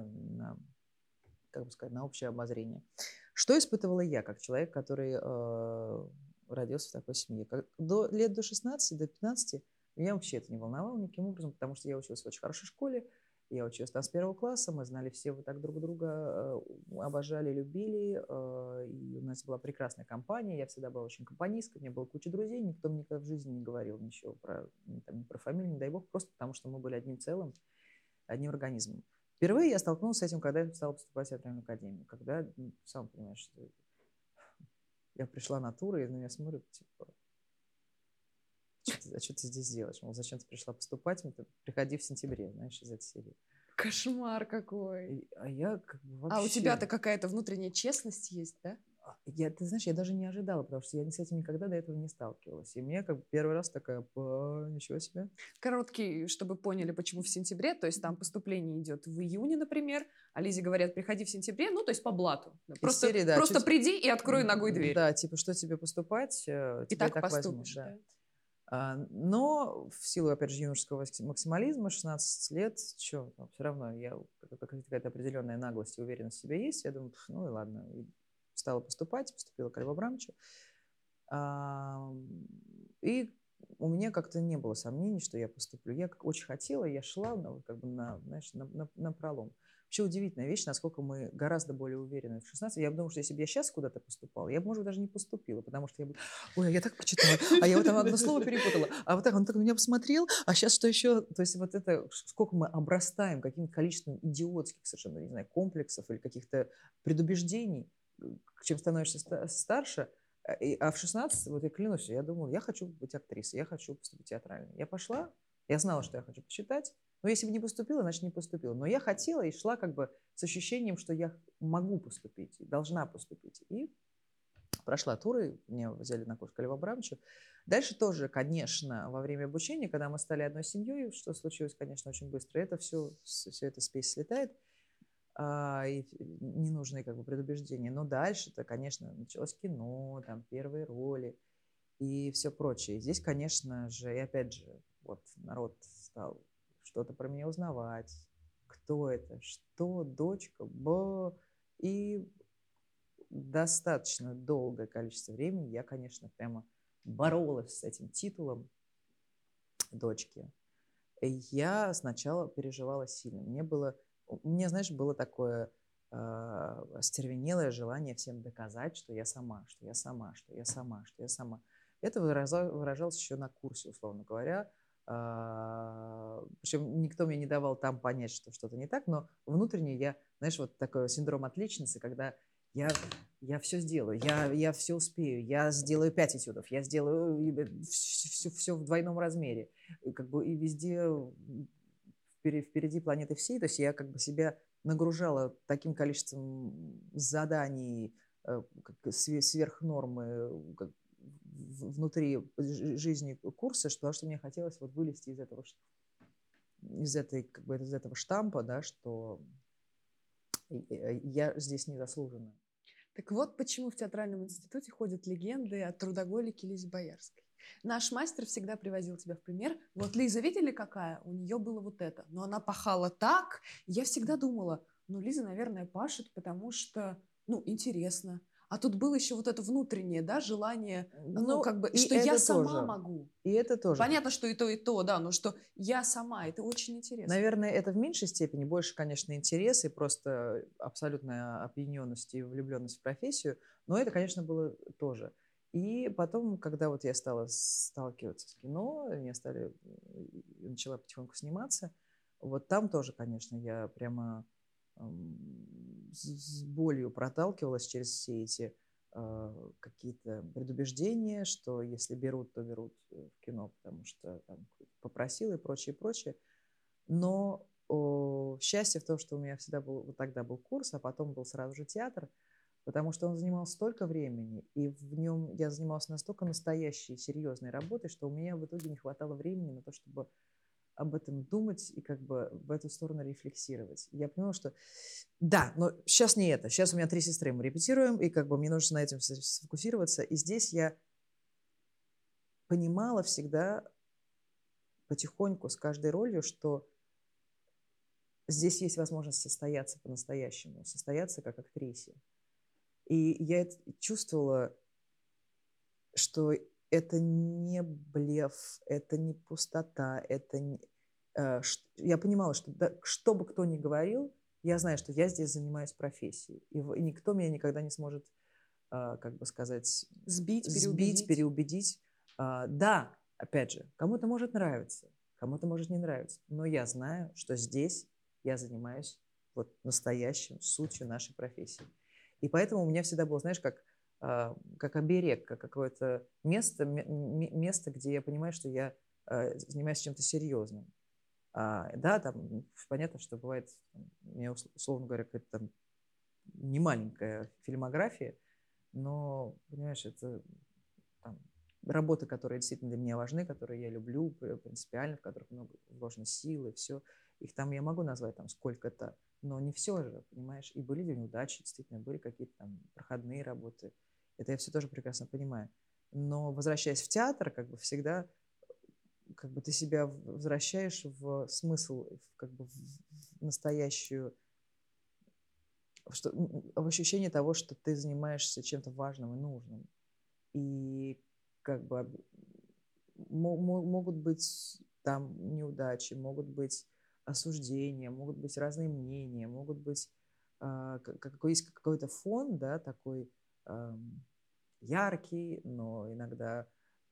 на общее обозрение. Что испытывала я, как человек, который родился в такой семье? Лет до 16, до 15 меня вообще это не волновало никаким образом, потому что я училась в очень хорошей школе, я училась там с 1 класса, мы знали все вот так друг друга, обожали, любили, и у нас была прекрасная компания, я всегда была очень компанистка, у меня было куча друзей, никто мне никогда в жизни не говорил ничего ни про фамилию, не дай бог, просто потому что мы были одним целым, одним организмом. Впервые я столкнулась с этим, когда я стала поступать в театральную академию, когда, сам понимаешь, что я пришла на туры, и на меня смотрят, что ты здесь делаешь? Мол, зачем ты пришла поступать? Приходи в сентябре, знаешь, из этой серии. Кошмар какой. А я как бы вообще... А у тебя-то какая-то внутренняя честность есть, да? Ты знаешь, я даже не ожидала, потому что я с этим никогда до этого не сталкивалась. И мне как бы первый раз такая, ничего себе. Короткий, чтобы поняли, почему в сентябре. То есть там поступление идет в июне, например, а Лизе говорят, приходи в сентябре, ну, то есть по блату. Просто, серии, да, просто приди и открой ногой дверь. Да, типа, что тебе поступать, и так поступишь, возьмут, да. Но в силу, опять же, юношеского максимализма, 16 лет, все равно какая-то определенная наглость и уверенность в себе есть. Я думаю, ну и ладно. И стала поступать, поступила к Льву Абрамовичу. И у меня как-то не было сомнений, что я поступлю. Я очень хотела, я шла как бы на пролом. Вообще удивительная вещь, насколько мы гораздо более уверены в 16. Я думаю, что если бы я сейчас куда-то поступала, я бы, может, даже не поступила, потому что я бы... Ой, я так прочитала, а я вот там одно слово перепутала, а вот так он так на меня посмотрел, а сейчас что еще? То есть вот это, сколько мы обрастаем каким-то количеством идиотских совершенно, не знаю, комплексов или каких-то предубеждений, чем становишься старше. А в 16, вот я клянусь, я думала, я хочу быть актрисой, я хочу поступить театрально. Я пошла, я знала, что я хочу почитать, но если бы не поступила, значит не поступила. Но я хотела и шла как бы с ощущением, что я могу поступить, должна поступить. И прошла туры, меня взяли на курс к Льву Абрамовичу. Дальше тоже, конечно, во время обучения, когда мы стали одной семьей, что случилось, конечно, очень быстро, это все это спесь слетает. И ненужные как бы предубеждения. Но дальше-то, конечно, началось кино, там первые роли и все прочее. И здесь, конечно же, и опять же, вот народ стал что-то про меня узнавать. Кто это? Что? Дочка? И достаточно долгое количество времени я, конечно, прямо боролась с этим титулом дочки. И я сначала переживала сильно. У меня, знаешь, было такое остервенелое желание всем доказать, что я сама, что я сама, что я сама, что я сама. Это выражалось еще на курсе, условно говоря. Причем никто мне не давал там понять, что что-то не так, но внутренне я, знаешь, вот такой синдром отличницы, когда я все сделаю, я все успею, я сделаю 5 этюдов, я сделаю все в двойном размере. Как бы и везде впереди планеты всей, то есть я как бы себя нагружала таким количеством заданий сверх нормы внутри жизни курса, что мне хотелось вот вылезти из этого штампа, да, что я здесь незаслуженно. Так вот, почему в театральном институте ходят легенды о трудоголике Лизе Боярской. Наш мастер всегда привозил тебя в пример. Вот Лиза, видели, какая? У нее было вот это. Но она пахала так. Я всегда думала, Лиза, наверное, пашет, потому что, интересно. А тут было еще вот это внутреннее, да, желание, что я сама могу. И это тоже. Понятно, что и то, да, но что я сама, это очень интересно. Наверное, это в меньшей степени, больше, конечно, интерес и просто абсолютная опьяненность и влюбленность в профессию, но это, конечно, было тоже. И потом, когда вот я стала сталкиваться с кино, начала потихоньку сниматься, вот там тоже, конечно, я прямо с болью проталкивалась через все эти какие-то предубеждения, что если берут, то берут в кино, потому что там попросил и прочее, прочее. Но счастье в том, что у меня всегда тогда был курс, а потом был сразу же театр, потому что он занимал столько времени, и в нем я занималась настолько настоящей, серьезной работой, что у меня в итоге не хватало времени на то, чтобы об этом думать и как бы в эту сторону рефлексировать. Я поняла, что да, но сейчас не это. Сейчас у меня 3 сестры, мы репетируем, и как бы мне нужно на этом сфокусироваться. И здесь я понимала всегда потихоньку с каждой ролью, что здесь есть возможность состояться по-настоящему, состояться как актрисе. И я это чувствовала, что это не блеф, это не пустота, это не... Я понимала, что что бы кто ни говорил, я знаю, что я здесь занимаюсь профессией, и никто меня никогда не сможет, как бы сказать, сбить, переубедить. Да, опять же, кому-то может нравиться, кому-то может не нравиться, но я знаю, что здесь я занимаюсь вот настоящим, сутью нашей профессии. И поэтому у меня всегда было, знаешь, как как оберег, как какое-то место, где я понимаю, что я занимаюсь чем-то серьезным. Да, там понятно, что бывает, у меня, условно говоря, какая-то там не маленькая фильмография, но, понимаешь, это там, работы, которые действительно для меня важны, которые я люблю принципиально, в которых много вложено силы, все. Их там я могу назвать там сколько-то, но не все же, понимаешь. И были неудачи, действительно, были какие-то там проходные работы. Это я все тоже прекрасно понимаю. Но возвращаясь в театр, как бы всегда как бы ты себя возвращаешь в смысл, как бы в настоящую, в ощущение того, что ты занимаешься чем-то важным и нужным. И как бы могут быть там неудачи, могут быть осуждения, могут быть разные мнения, могут быть есть какой-то фон, да, такой яркий, но иногда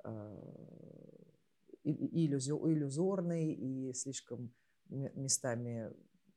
иллюзорный и слишком местами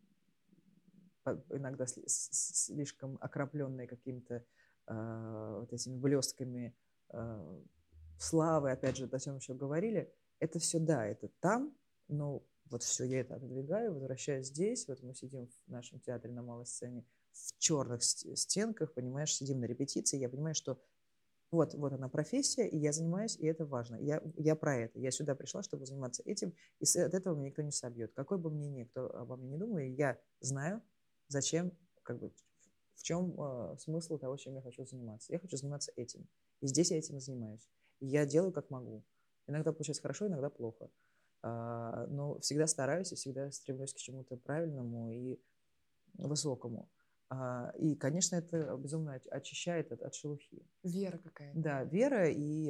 иногда слишком окропленный какими-то вот этими блестками славы, опять же, о чем еще говорили. Это все, да, это там, но вот все, я это отодвигаю, возвращаюсь здесь, вот мы сидим в нашем театре на малой сцене, в черных стенках, понимаешь, сидим на репетиции, я понимаю, что вот она профессия, и я занимаюсь, и это важно. Я про это. Я сюда пришла, чтобы заниматься этим, и от этого меня никто не собьет. Какое бы мнение кто обо мне не думал, я знаю, зачем, как бы, в чем смысл того, чем я хочу заниматься. Я хочу заниматься этим. И здесь я этим занимаюсь. И я делаю, как могу. Иногда получается хорошо, иногда плохо. Но всегда стараюсь и всегда стремлюсь к чему-то правильному и высокому. И, конечно, это безумно очищает от шелухи. Вера какая-то. Да, вера и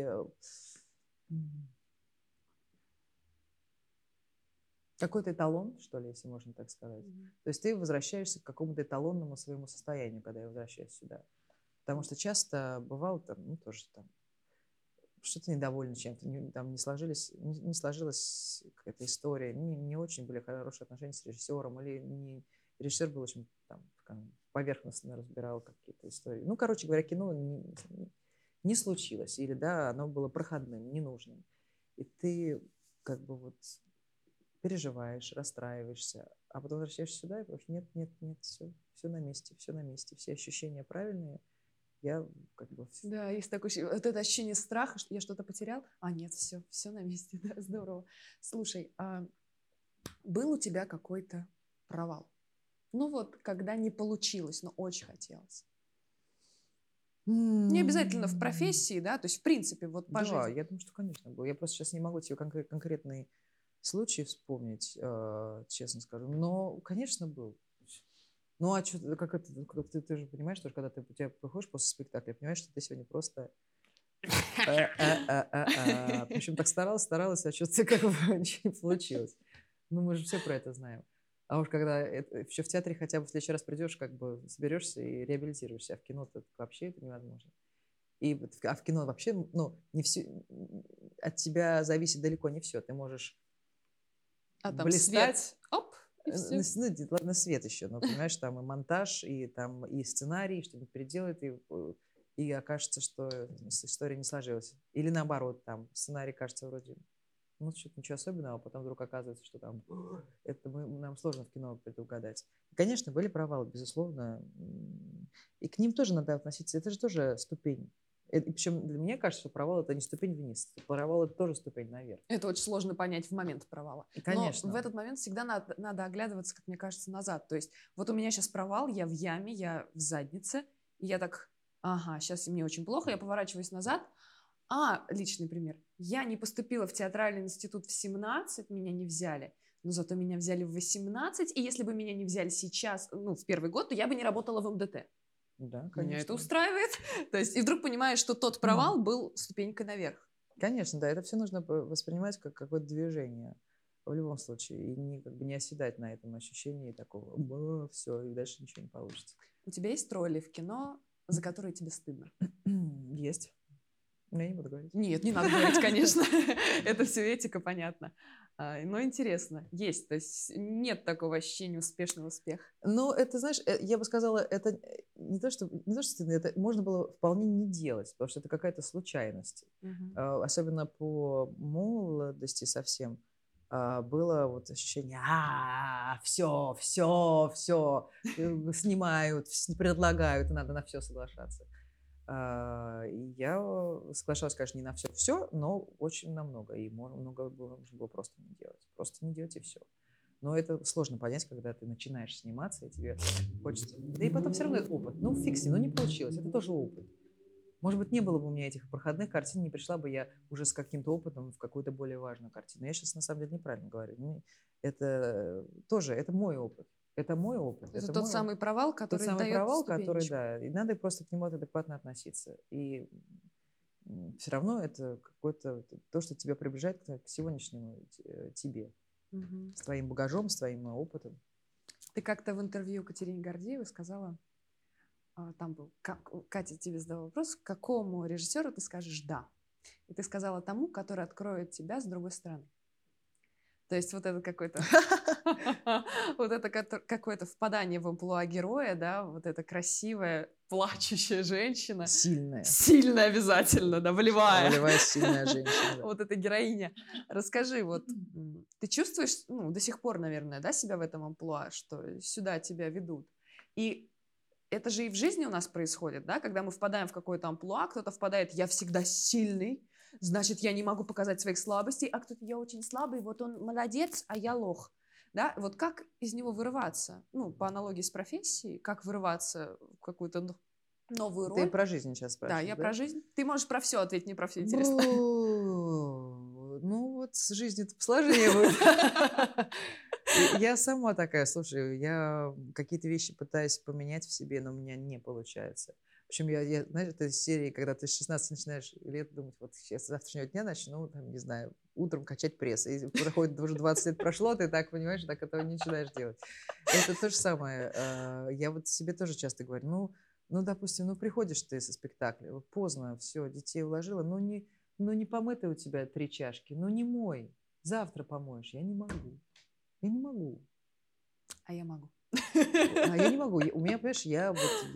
какой-то эталон, что ли, если можно так сказать. То есть ты возвращаешься к какому-то эталонному своему состоянию, когда я возвращаюсь сюда. Потому что часто бывало там, тоже там, что-то недовольно чем-то, там не сложилась какая-то история, не очень были хорошие отношения с режиссером, или режиссер был очень там поверхностно разбирал какие-то истории. Короче говоря, кино не случилось, или да, оно было проходным, ненужным. И ты как бы вот переживаешь, расстраиваешься, а потом возвращаешься сюда и говоришь, нет, все на месте, все ощущения правильные. Я как бы... Да, есть такое вот это ощущение страха, что я что-то потерял. Нет, все на месте, да, здорово. Слушай, был у тебя какой-то провал? Когда не получилось, но очень хотелось. Не обязательно в профессии, да, то есть в принципе вот по жизни. Да, я думаю, что, конечно, был. Я просто сейчас не могу тебе конкретные случаи вспомнить, честно скажу. Но, конечно, был. А что, как ты же понимаешь, что когда ты приходишь после спектакля, понимаешь, что ты сегодня просто... Причем так старалась, а что-то как бы ничего не получилось. Мы же все про это знаем. А уж когда еще в театре хотя бы в следующий раз придешь, как бы соберешься и реабилитируешься, а в кино-то вообще это невозможно. А в кино вообще, не все, от тебя зависит далеко не все. Ты можешь блистать. Свет, оп, и все. Ладно, свет еще, но понимаешь, там и монтаж, и там и сценарий, что-нибудь переделает, и окажется, что история не сложилась. Или наоборот, там сценарий кажется вроде... что-то ничего особенного, а потом вдруг оказывается, что там нам сложно в кино предугадать. Конечно, были провалы, безусловно, и к ним тоже надо относиться. Это же тоже ступень. И причем для меня кажется, что провал — это не ступень вниз. Провал — это тоже ступень наверх. Это очень сложно понять в момент провала. Конечно. Но в этот момент всегда надо оглядываться, как мне кажется, назад. То есть вот у меня сейчас провал, я в яме, я в заднице, и я так, сейчас мне очень плохо, я поворачиваюсь назад. Личный пример. Я не поступила в театральный институт в 17, меня не взяли, но зато меня взяли в 18, и если бы меня не взяли сейчас, в первый год, то я бы не работала в МДТ. Да, конечно. Меня это устраивает. То есть, и вдруг понимаешь, что тот провал был ступенькой наверх. Конечно, да, это все нужно воспринимать как какое-то движение в любом случае, и не оседать на этом ощущении такого, все, и дальше ничего не получится. У тебя есть роли в кино, за которые тебе стыдно? Есть. Я не буду говорить. Нет, не надо говорить, конечно. Это все этика, понятно. Но интересно, есть, то есть нет такого ощущения успешного успеха. Ну, это, знаешь, я бы сказала, это не то, что стыдно, это можно было вполне не делать, потому что это какая-то случайность. Особенно по молодости совсем было вот ощущение, все, снимают, предлагают, и надо на все соглашаться. И я соглашалась, конечно, не на все, но очень на много. И много нужно было просто не делать. Просто не делать и все. Но это сложно понять, когда ты начинаешь сниматься, и тебе хочется... Да и потом все равно это опыт. Ну, фиг с ним, не получилось. Это тоже опыт. Может быть, не было бы у меня этих проходных картин, не пришла бы я уже с каким-то опытом в какую-то более важную картину. Я сейчас, на самом деле, неправильно говорю. Это тоже, это мой опыт. Это мой опыт. Это тот самый провал, который дает ступенечку. Тот самый провал, который, да. И надо просто к нему адекватно относиться. И все равно это какое-то то, что тебя приближает к сегодняшнему тебе. С твоим багажом, с твоим опытом. Ты как-то в интервью Катерине Гордеевой сказала, там был, Катя тебе задала вопрос, к какому режиссеру ты скажешь «да». И ты сказала тому, который откроет тебя с другой стороны. То есть вот это какое-то вот это какое-то впадание в амплуа героя, да, вот эта красивая, плачущая женщина. Сильная. Сильная обязательно, да, волевая. Волевая, сильная женщина. Вот эта героиня. Расскажи, вот ты чувствуешь, до сих пор, наверное, да, себя в этом амплуа, что сюда тебя ведут? И это же и в жизни у нас происходит, да, когда мы впадаем в какое-то амплуа, кто-то впадает «я всегда сильный», значит, я не могу показать своих слабостей, а кто-то «я очень слабый, вот он молодец, а я лох». Да? Вот как из него вырываться? По аналогии с профессией, как вырываться в какую-то новую роль? Ты про жизнь сейчас спрашиваешь, да? Я про жизнь. Ты можешь про все ответить, не про все, интересно. Ну, вот с жизнью-то сложнее будет. Я сама такая, слушай, я какие-то вещи пытаюсь поменять в себе, но у меня не получается. В общем, я знаешь, это из серии, когда ты с 16 начинаешь лет думать, вот сейчас с завтрашнего дня начну, там, не знаю, утром качать пресс. И проходит уже 20 лет прошло, ты так понимаешь, так этого не начинаешь делать. Это то же самое. Я вот себе тоже часто говорю, допустим, приходишь ты со спектакля, вот поздно, все, детей уложила, не помытые у тебя 3 чашки, не мой. Завтра помоешь. Я не могу. А я могу. Я не могу. У меня, понимаешь, я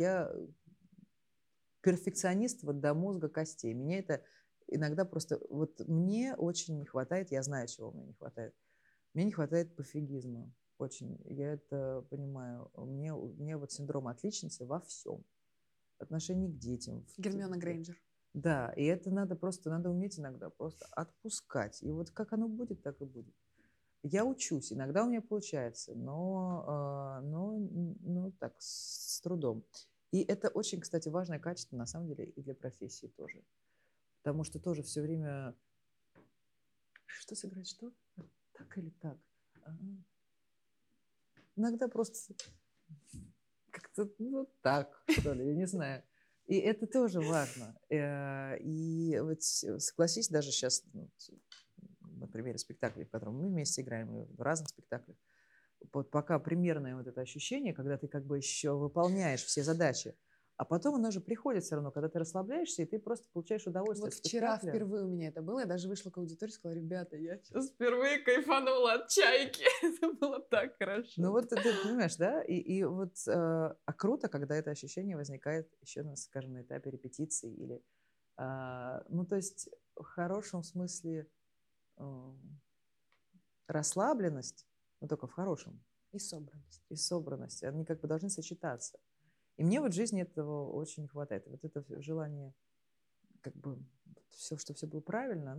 перфекционист вот до мозга костей. Меня это иногда просто... Вот мне очень не хватает, я знаю, чего мне не хватает. Мне не хватает пофигизма. Очень. Я это понимаю. У меня вот синдром отличницы во всем. Отношение к детям. Гермиона Грейнджер. Да, и это надо уметь иногда просто отпускать. И вот как оно будет, так и будет. Я учусь, иногда у меня получается, но так, с трудом. И это очень, кстати, важное качество, на самом деле, и для профессии тоже. Потому что тоже все время... Что сыграть, что? Так или так? Иногда просто как-то так, что ли, я не знаю. И это тоже важно. И вот согласись, даже сейчас, на примере спектаклей, в котором мы вместе играем, и в разных спектаклях, вот пока примерное вот это ощущение, когда ты как бы еще выполняешь все задачи, а потом оно же приходит все равно, когда ты расслабляешься, и ты просто получаешь удовольствие. Вот вчера впервые у меня это было, я даже вышла к аудитории и сказала, ребята, я сейчас впервые кайфанула от чайки. Это было так хорошо. Ну вот ты понимаешь, да? И вот круто, когда это ощущение возникает еще, скажем, на этапе репетиции или, то есть в хорошем смысле расслабленность, но только в хорошем. И собранность. И собранность. Они как бы должны сочетаться. И мне вот в жизни этого очень не хватает. Вот это желание, как бы, чтобы все было правильно.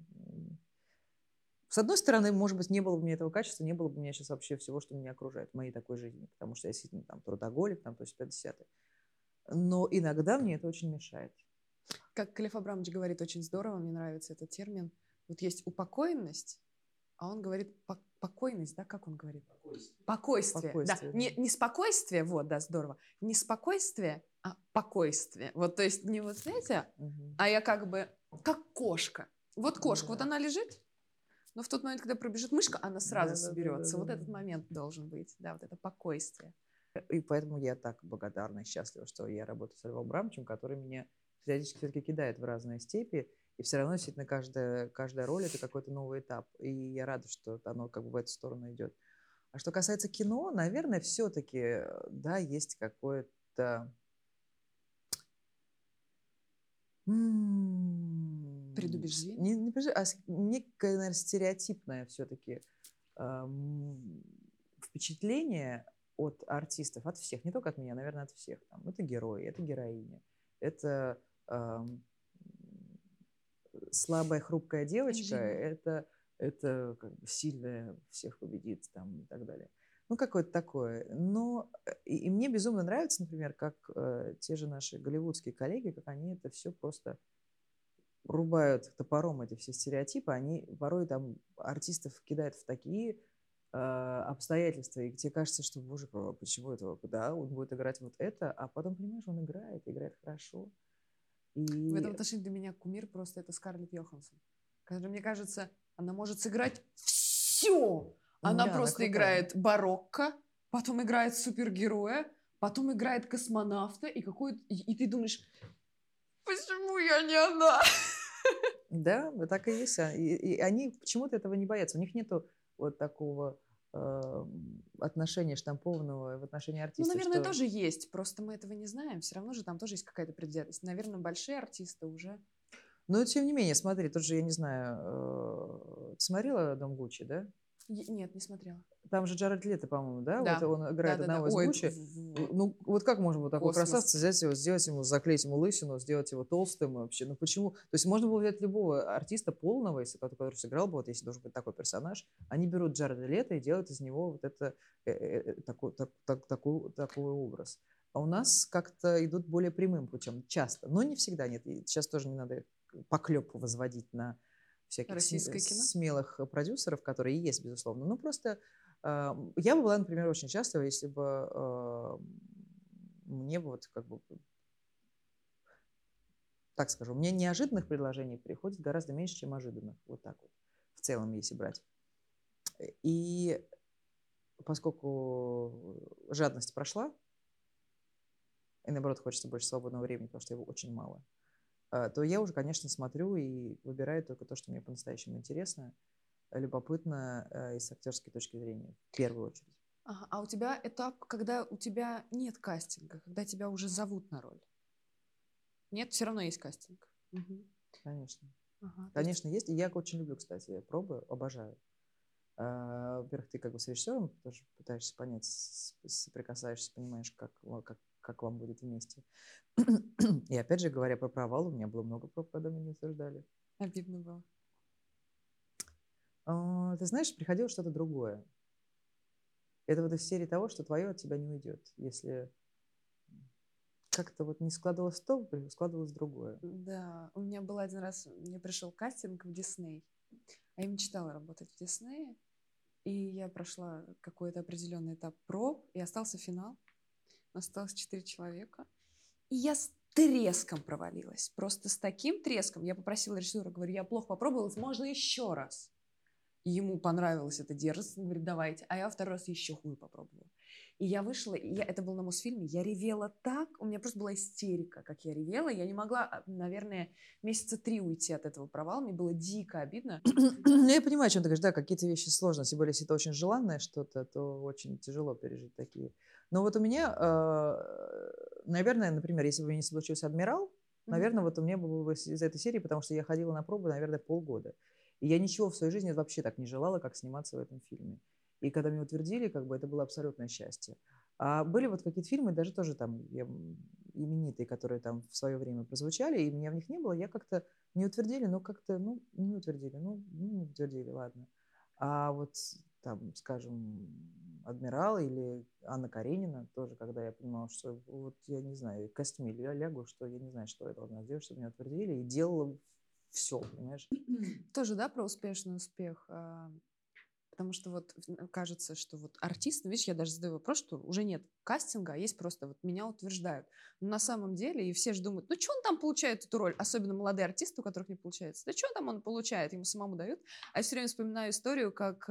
С одной стороны, может быть, не было бы мне этого качества, не было бы у меня сейчас вообще всего, что меня окружает в моей такой жизни. Потому что я действительно там трудоголик, там то есть 50-е. Но иногда мне это очень мешает. Как Лев Абрамович говорит, очень здорово, мне нравится этот термин. Вот есть упокоенность, а он говорит покойность, да, как он говорит? Покойствие. Да, не спокойствие, вот, да, здорово. Не спокойствие, а покойствие. Вот, то есть не вот, знаете, а я как бы, как кошка. Вот кошка, вот она лежит, но в тот момент, когда пробежит мышка, она сразу соберется. Вот этот момент должен быть, да, вот это покойствие. И поэтому я так благодарна и счастлива, что я работаю с Львом Абрамовичем, который меня периодически все-таки кидает в разные степи. И все равно, действительно, каждая роль — это какой-то новый этап. И я рада, что оно как бы в эту сторону идет. А что касается кино, наверное, все-таки, да, есть какое-то... Предубеждение? Некое, наверное, стереотипное все-таки впечатление от артистов, от всех, не только от меня, наверное, от всех. Там, это герои, это героини, это слабая, хрупкая девочка, это как бы сильная, всех победит там, и так далее. Ну, какое-то такое. Но и мне безумно нравится, например, как те же наши голливудские коллеги, как они это все просто рубают топором, эти все стереотипы. Они порой там артистов кидают в такие обстоятельства, и тебе кажется, что, боже, почему это? Да, он будет играть вот это, а потом, понимаешь, он играет хорошо. И... В этом отношении для меня кумир просто это Скарлетт Йоханссон. Которая, мне кажется, она может сыграть все. Она просто играет барокко, потом играет супергероя, потом играет космонавта, и ты думаешь, почему я не она? Да, так и есть. И они почему-то этого не боятся. У них нету вот такого отношения штампованного в отношении артистов. Ну, наверное, тоже есть. Просто мы этого не знаем. Все равно же там тоже есть какая-то предвзятость. Наверное, большие артисты уже... Но, тем не менее, смотри, тут же, я не знаю, ты смотрела «Дом Гуччи», да? Нет, не смотрела. Там же Джаред Лето, по-моему, да? Да. Вот он играет одного из Гуччи. Ну, вот как можно было такого красавца взять его, сделать ему, заклеить ему лысину, сделать его толстым вообще? Ну, почему? То есть можно было взять любого артиста полного, если который сыграл бы, вот если должен быть такой персонаж, они берут Джареда Лето и делают из него вот это, такой образ. А у нас как-то идут более прямым путем, часто, но не всегда, нет. И сейчас тоже не надо поклеп возводить на всяких смелых продюсеров, которые есть, безусловно. Ну, просто я бы была, например, очень счастлива, если бы мне вот как бы, так скажу, мне неожиданных предложений приходит гораздо меньше, чем ожиданных. Вот так вот, в целом, если брать. И поскольку жадность прошла, и наоборот хочется больше свободного времени, потому что его очень мало, то я уже, конечно, смотрю и выбираю только то, что мне по-настоящему интересно, любопытно и с актерской точки зрения, в первую очередь. Ага. А у тебя этап, когда у тебя нет кастинга, когда тебя уже зовут на роль? Нет, все равно есть кастинг. Угу. Конечно. Ага, конечно, есть. И я очень люблю, кстати, пробы, обожаю. Во-первых, ты как бы с режиссером тоже пытаешься понять, соприкасаешься, понимаешь, как вам будет вместе. И опять же, говоря про провал, у меня было много проб, когда меня не утверждали. Обидно было. Ты знаешь, приходило что-то другое. Это вот из серии того, что твое от тебя не уйдет. Если как-то вот не складывалось то, складывалось другое. Да, у меня был один раз, мне пришел кастинг в Дисней, а я мечтала работать в Диснее, и я прошла какой-то определенный этап проб, и остался финал. Осталось 4 человека. И я с треском провалилась. Просто с таким треском. Я попросила режиссера, говорю, я плохо попробовала, можно еще раз. И ему понравилась эта дерзость. Он говорит, давайте. А я второй раз еще хуже попробовала. И я вышла, это был на Мосфильме, я ревела так, у меня просто была истерика, как я ревела. Я не могла, наверное, месяца 3 уйти от этого провала. Мне было дико обидно. Я понимаю, о чем ты говоришь. Да, какие-то вещи сложные. Тем более, если это очень желанное что-то, то очень тяжело пережить такие. Но вот у меня, наверное, например, если бы не случился «Адмирал», наверное, вот у меня было бы из этой серии, потому что я ходила на пробы, наверное, полгода. И я ничего в своей жизни вообще так не желала, как сниматься в этом фильме. И когда меня утвердили, как бы это было абсолютное счастье. А были вот какие-то фильмы, даже тоже там именитые, которые там в свое время прозвучали, и меня в них не было, я как-то не утвердили, не утвердили, ладно. А вот там, скажем, «Адмирал» или Анна Каренина, тоже, когда я понимала, что вот я не знаю, в костюме лягу, что я не знаю, что я должна сделать, чтобы меня утвердили, и делала все, понимаешь? Тоже, да, про успешный успех. Потому что вот кажется, что вот артист, видишь, я даже задаю вопрос, что уже нет кастинга, а есть просто вот меня утверждают. Но на самом деле, и все же думают, ну что он там получает эту роль? Особенно молодые артисты, у которых не получается. Да что там он получает? Ему самому дают. А я все время вспоминаю историю, как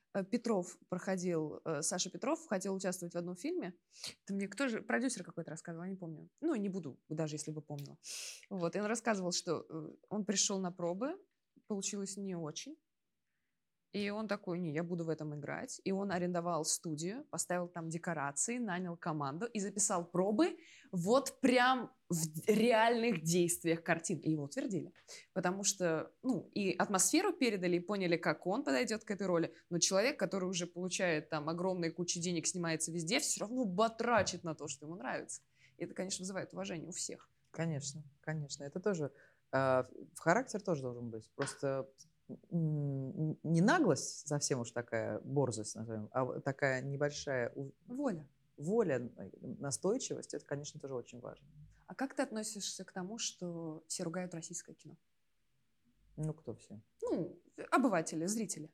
Саша Петров хотел участвовать в одном фильме. Это мне кто же, продюсер какой-то рассказывал, я не помню. Ну, не буду, даже если бы помнила. Вот, и он рассказывал, что он пришел на пробы, получилось не очень. И он такой, не, я буду в этом играть. И он арендовал студию, поставил там декорации, нанял команду и записал пробы вот прям в реальных действиях картин. И его утвердили. Потому что, и атмосферу передали, и поняли, как он подойдет к этой роли. Но человек, который уже получает там огромные кучи денег, снимается везде, все равно батрачит на то, что ему нравится. И это, конечно, вызывает уважение у всех. Конечно, конечно. Это тоже... в характер тоже должен быть. Просто... не наглость, совсем уж такая борзость, назовем, а такая небольшая воля, настойчивость, это, конечно, тоже очень важно. А как ты относишься к тому, что все ругают российское кино? Ну, кто все? Обыватели, зрители.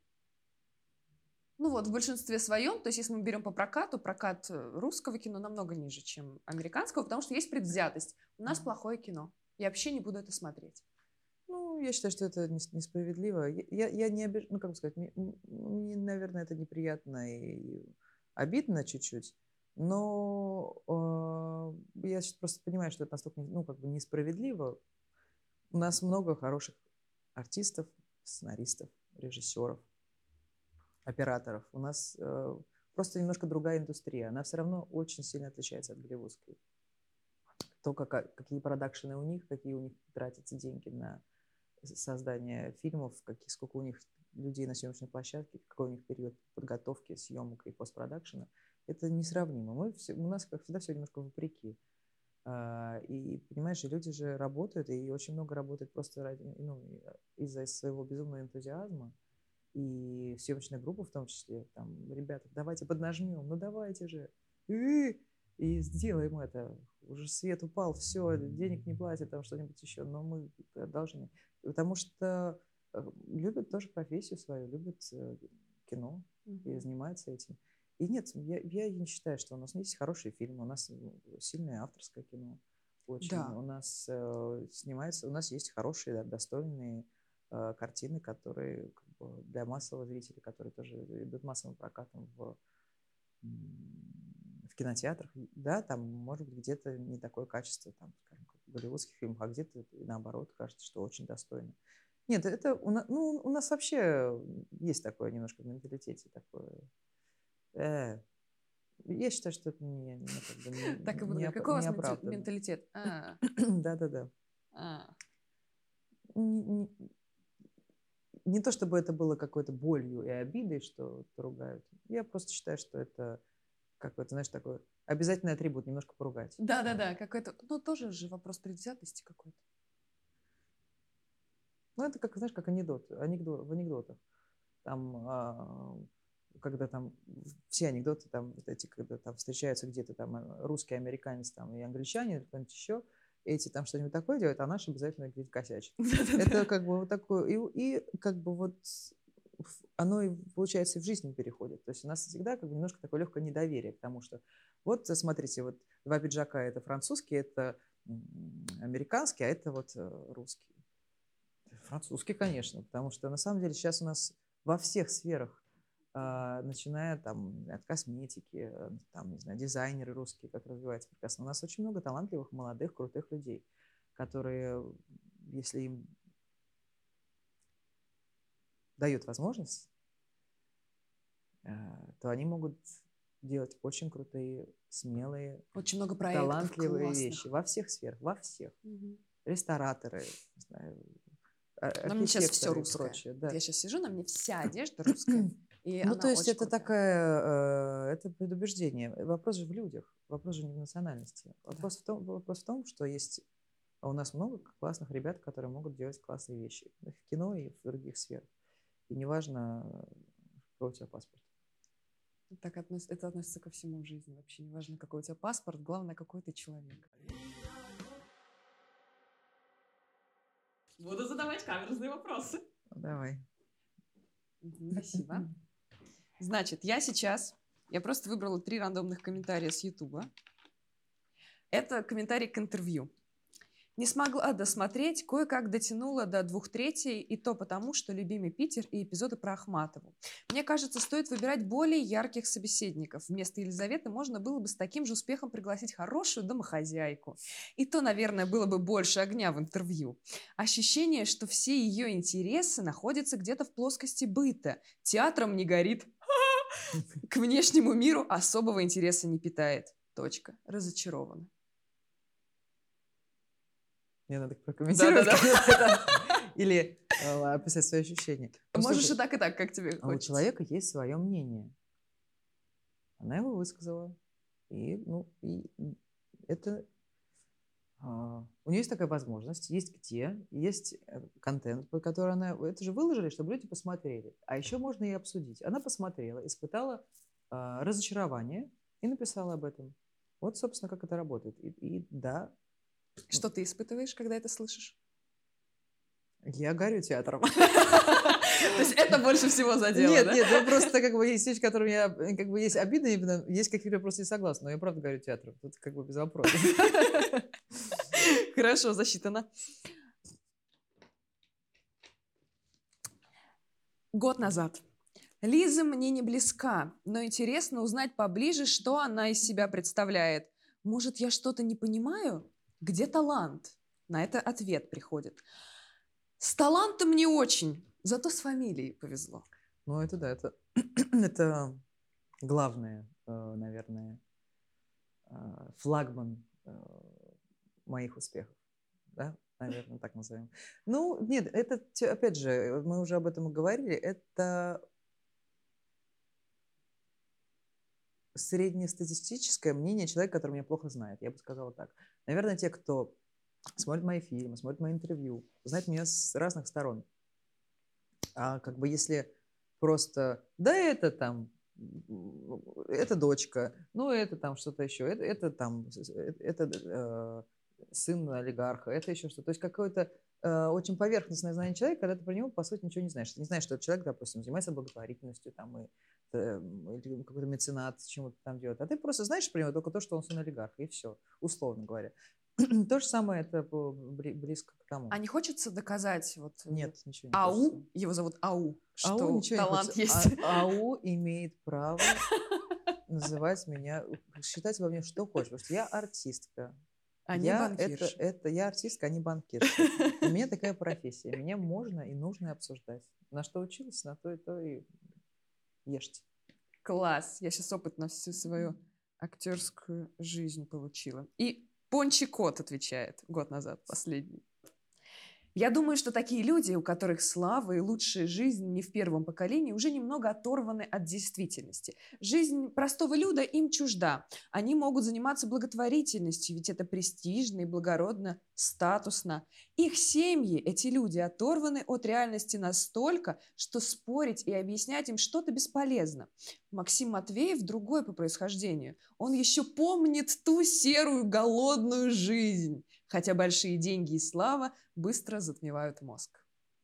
В большинстве своем, то есть если мы берем по прокату, прокат русского кино намного ниже, чем американского, потому что есть предвзятость. У нас плохое кино. Я вообще не буду это смотреть. Я считаю, что это несправедливо. Я не обижу, как бы сказать, мне, наверное, это неприятно и обидно чуть-чуть, но я просто понимаю, что это настолько, несправедливо. У нас много хороших артистов, сценаристов, режиссеров, операторов. У нас просто немножко другая индустрия. Она все равно очень сильно отличается от голливудской. То, какие продакшены у них, какие у них тратятся деньги на создание фильмов, сколько у них людей на съемочной площадке, какой у них период подготовки, съемок и постпродакшена, это несравнимо. У нас, как всегда, все немножко вопреки. И, понимаешь, люди же работают, и очень много работают просто из-за своего безумного энтузиазма. И съемочная группа в том числе, там, ребята, давайте поднажмем, давайте же. И сделаем это. Уже свет упал, все, денег не платят, там что-нибудь еще, но мы должны. Потому что любят тоже профессию свою, любят кино и занимаются этим. И нет, я не считаю, что у нас есть хорошие фильмы, у нас сильное авторское кино. Очень. Да. У нас снимается, у нас есть хорошие, достойные картины, которые для массового зрителя, которые тоже идут массовым прокатом в кинотеатрах, да, там может быть где-то не такое качество, там, скажем, как в голливудских фильмах, а где-то наоборот кажется, что очень достойно. Нет, это у нас вообще есть такое немножко в менталитете такое. Я считаю, что это не так и буду говорить. Какой у вас менталитет? Да. Не то чтобы это было какой-то болью и обидой, что ругают. Я просто считаю, что это какой-то, знаешь, такой обязательный атрибут, немножко поругать. Да, какой-то, тоже же вопрос предвзятости какой-то. Это как, знаешь, как анекдот в анекдотах. Там, когда там все анекдоты, там, вот эти, когда там встречаются где-то там русский, американец там, и англичане, или кто-нибудь еще, эти там что-нибудь такое делают, а наши обязательно где-то косячат. Это как бы вот такое, и как бы вот оно и, получается, и в жизни переходит. То есть у нас всегда как бы немножко такое легкое недоверие к тому, что вот, смотрите, вот два пиджака – это французский, это американский, а это вот русский. Французский, конечно, потому что на самом деле сейчас у нас во всех сферах, начиная там от косметики, там, не знаю, дизайнеры русские, как развивается прекрасно. У нас очень много талантливых, молодых, крутых людей, которые, если им дают возможность, то они могут делать очень крутые, смелые, очень много проектов, талантливые классных вещи во всех сферах, во всех. Рестораторы, не знаю, на мне сейчас все русское. Прочее, да. Я сейчас сижу, на мне вся одежда русская. То есть это такая, это предубеждение. Вопрос же в людях, вопрос же не в национальности. Вопрос в том, что есть у нас много классных ребят, которые могут делать классные вещи в кино и в других сферах. И неважно, какой у тебя паспорт. Это относится ко всему в жизни вообще. Неважно, какой у тебя паспорт, главное, какой ты человек. Буду задавать каверзные вопросы. Давай. Спасибо. Значит, я просто выбрала 3 рандомных комментария с Ютуба. Это комментарий к интервью. Не смогла досмотреть, кое-как дотянула до 2/3, и то потому, что «Любимый Питер» и эпизоды про Ахматову. Мне кажется, стоит выбирать более ярких собеседников. Вместо Елизаветы можно было бы с таким же успехом пригласить хорошую домохозяйку. И то, наверное, было бы больше огня в интервью. Ощущение, что все ее интересы находятся где-то в плоскости быта. Театром не горит. К внешнему миру особого интереса не питает. Точка. Разочарована. Мне надо прокомментировать. Да. Или описать свои ощущения. Можешь и так, как тебе хочется. хочется. У человека есть свое мнение. Она его высказала. И это... У нее есть такая возможность, есть контент, по который она... Это же выложили, чтобы люди посмотрели. А еще можно и обсудить. Она посмотрела, испытала разочарование и написала об этом. Вот, собственно, как это работает. И да... Что ты испытываешь, когда это слышишь? Я горю театром. То есть это больше всего задело, да? Нет, просто есть вещи, которые я есть обидно, именно есть какие-то просто не согласна, но я правда горю театром. Тут без вопросов. Хорошо, засчитано. Год назад. Лиза мне не близка, но интересно узнать поближе, что она из себя представляет. Может, я что-то не понимаю? Где талант? На это ответ приходит. С талантом не очень, зато с фамилией повезло. Ну, это да, это главное, наверное, флагман моих успехов. Да? Наверное, так назовем. Ну, нет, это, опять же, мы уже об этом и говорили, это среднестатистическое мнение человека, который меня плохо знает. Я бы сказала так. Наверное, те, кто смотрит мои фильмы, смотрит мои интервью, знает меня с разных сторон. А если просто, да, это там, это дочка, ну, это там что-то еще, это сын олигарха, это еще что-то. То есть какое-то очень поверхностное знание человека, когда ты про него, по сути, ничего не знаешь. Ты не знаешь, что этот человек, допустим, занимается благотворительностью там, или какой-то меценат чему-то там делает. А ты просто знаешь про него только то, что он сын олигарха, и все, условно говоря. То же самое, это близко к тому. А не хочется доказать? Нет, ничего не хочется. Хочется. Его зовут Ау, что талант есть. Ау имеет право называть меня, считать во мне что хочешь, потому что я артистка. А не банкирша. Я артистка, а не банкирша. У меня такая профессия. Меня можно и нужно обсуждать. На что училась, на то и ешьте. Класс. Я сейчас опыт на всю свою актерскую жизнь получила. И Пончи Кот отвечает год назад, последний. Я думаю, что такие люди, у которых слава и лучшая жизнь не в первом поколении, уже немного оторваны от действительности. Жизнь простого люда им чужда. Они могут заниматься благотворительностью, ведь это престижно и благородно, статусно. Их семьи, эти люди, оторваны от реальности настолько, что спорить и объяснять им что-то бесполезно. Максим Матвеев другой по происхождению. Он еще помнит ту серую голодную жизнь. Хотя большие деньги и слава быстро затмевают мозг.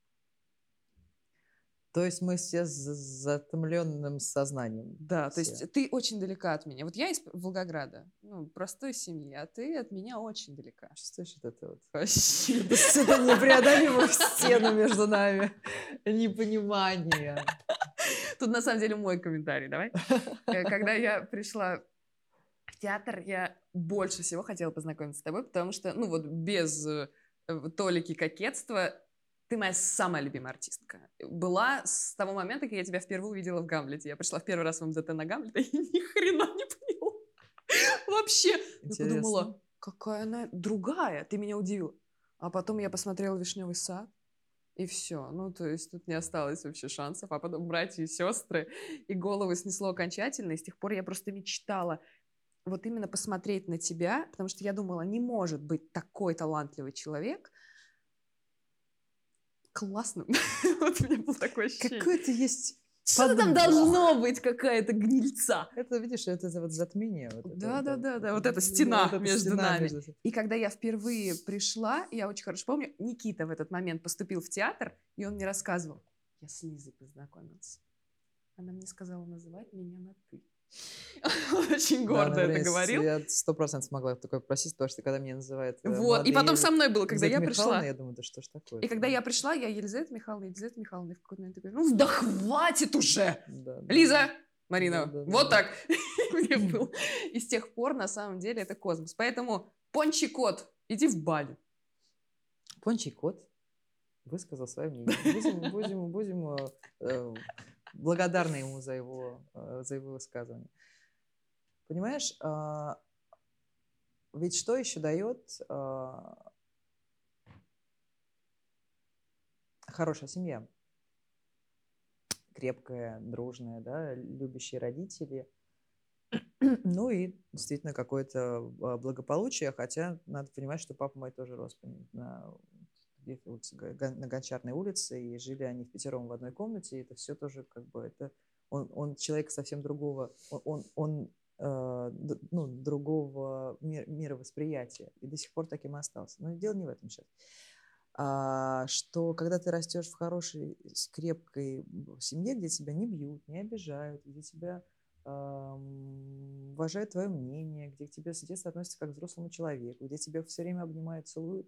То есть мы все с затемленным сознанием. Да, все. То есть ты очень далека от меня. Вот я из Волгограда, простой семьи, а ты от меня очень далека. Чувствуешь это вот? Вообще. Это непреодолимую стену между нами. Непонимание. Тут на самом деле мой комментарий, давай. Когда я пришла в театр, я больше всего хотела познакомиться с тобой, потому что, без толики кокетства, ты моя самая любимая артистка. Была с того момента, как я тебя впервые увидела в «Гамлете». Я пришла в первый раз в МДТ на «Гамлета» и ни хрена не поняла. Вообще. Интересно. Я подумала, какая она другая, ты меня удивила. А потом я посмотрела «Вишневый сад», и все. То есть тут не осталось вообще шансов. А потом братья и сестры, и голову снесло окончательно. И с тех пор я просто мечтала вот именно посмотреть на тебя, потому что я думала, не может быть такой талантливый человек классным. Вот у меня было такое ощущение. Какое-то есть... Что там должно быть, какая-то гнильца? Это, видишь, это вот затмение. Да. Вот эта стена между нами. И когда я впервые пришла, я очень хорошо помню, Никита в этот момент поступил в театр, и он мне рассказывал, я с Лизой познакомился. Она мне сказала называть меня на «ты». Он очень гордо это говорил. Я 100% могла такое просить, потому что когда меня называют Вот, и потом со мной было, когда я пришла. Я думаю, да что ж такое. И когда я пришла, я Елизавета Михайловна, и в какой-то момент говорю, ну да хватит уже! Лиза! Марина, вот так мне было. И с тех пор, на самом деле, это космос. Поэтому, Пончий кот, иди в баню. Пончий кот высказал свое мнение. Будем благодарны ему за его высказывание. Понимаешь, ведь что еще дает хорошая семья? Крепкая, дружная, да, любящие родители. Ну и действительно какое-то благополучие, хотя надо понимать, что папа мой тоже рос на Гончарной улице, и жили они впятером в одной комнате, и это все тоже как бы это он человек совсем другого, другого мировосприятия, и до сих пор таким и остался. Но дело не в этом сейчас. Что когда ты растешь в хорошей, крепкой семье, где тебя не бьют, не обижают, где тебя уважают твое мнение, где к тебе с детства относятся как к взрослому человеку, где тебя все время обнимают, целуют,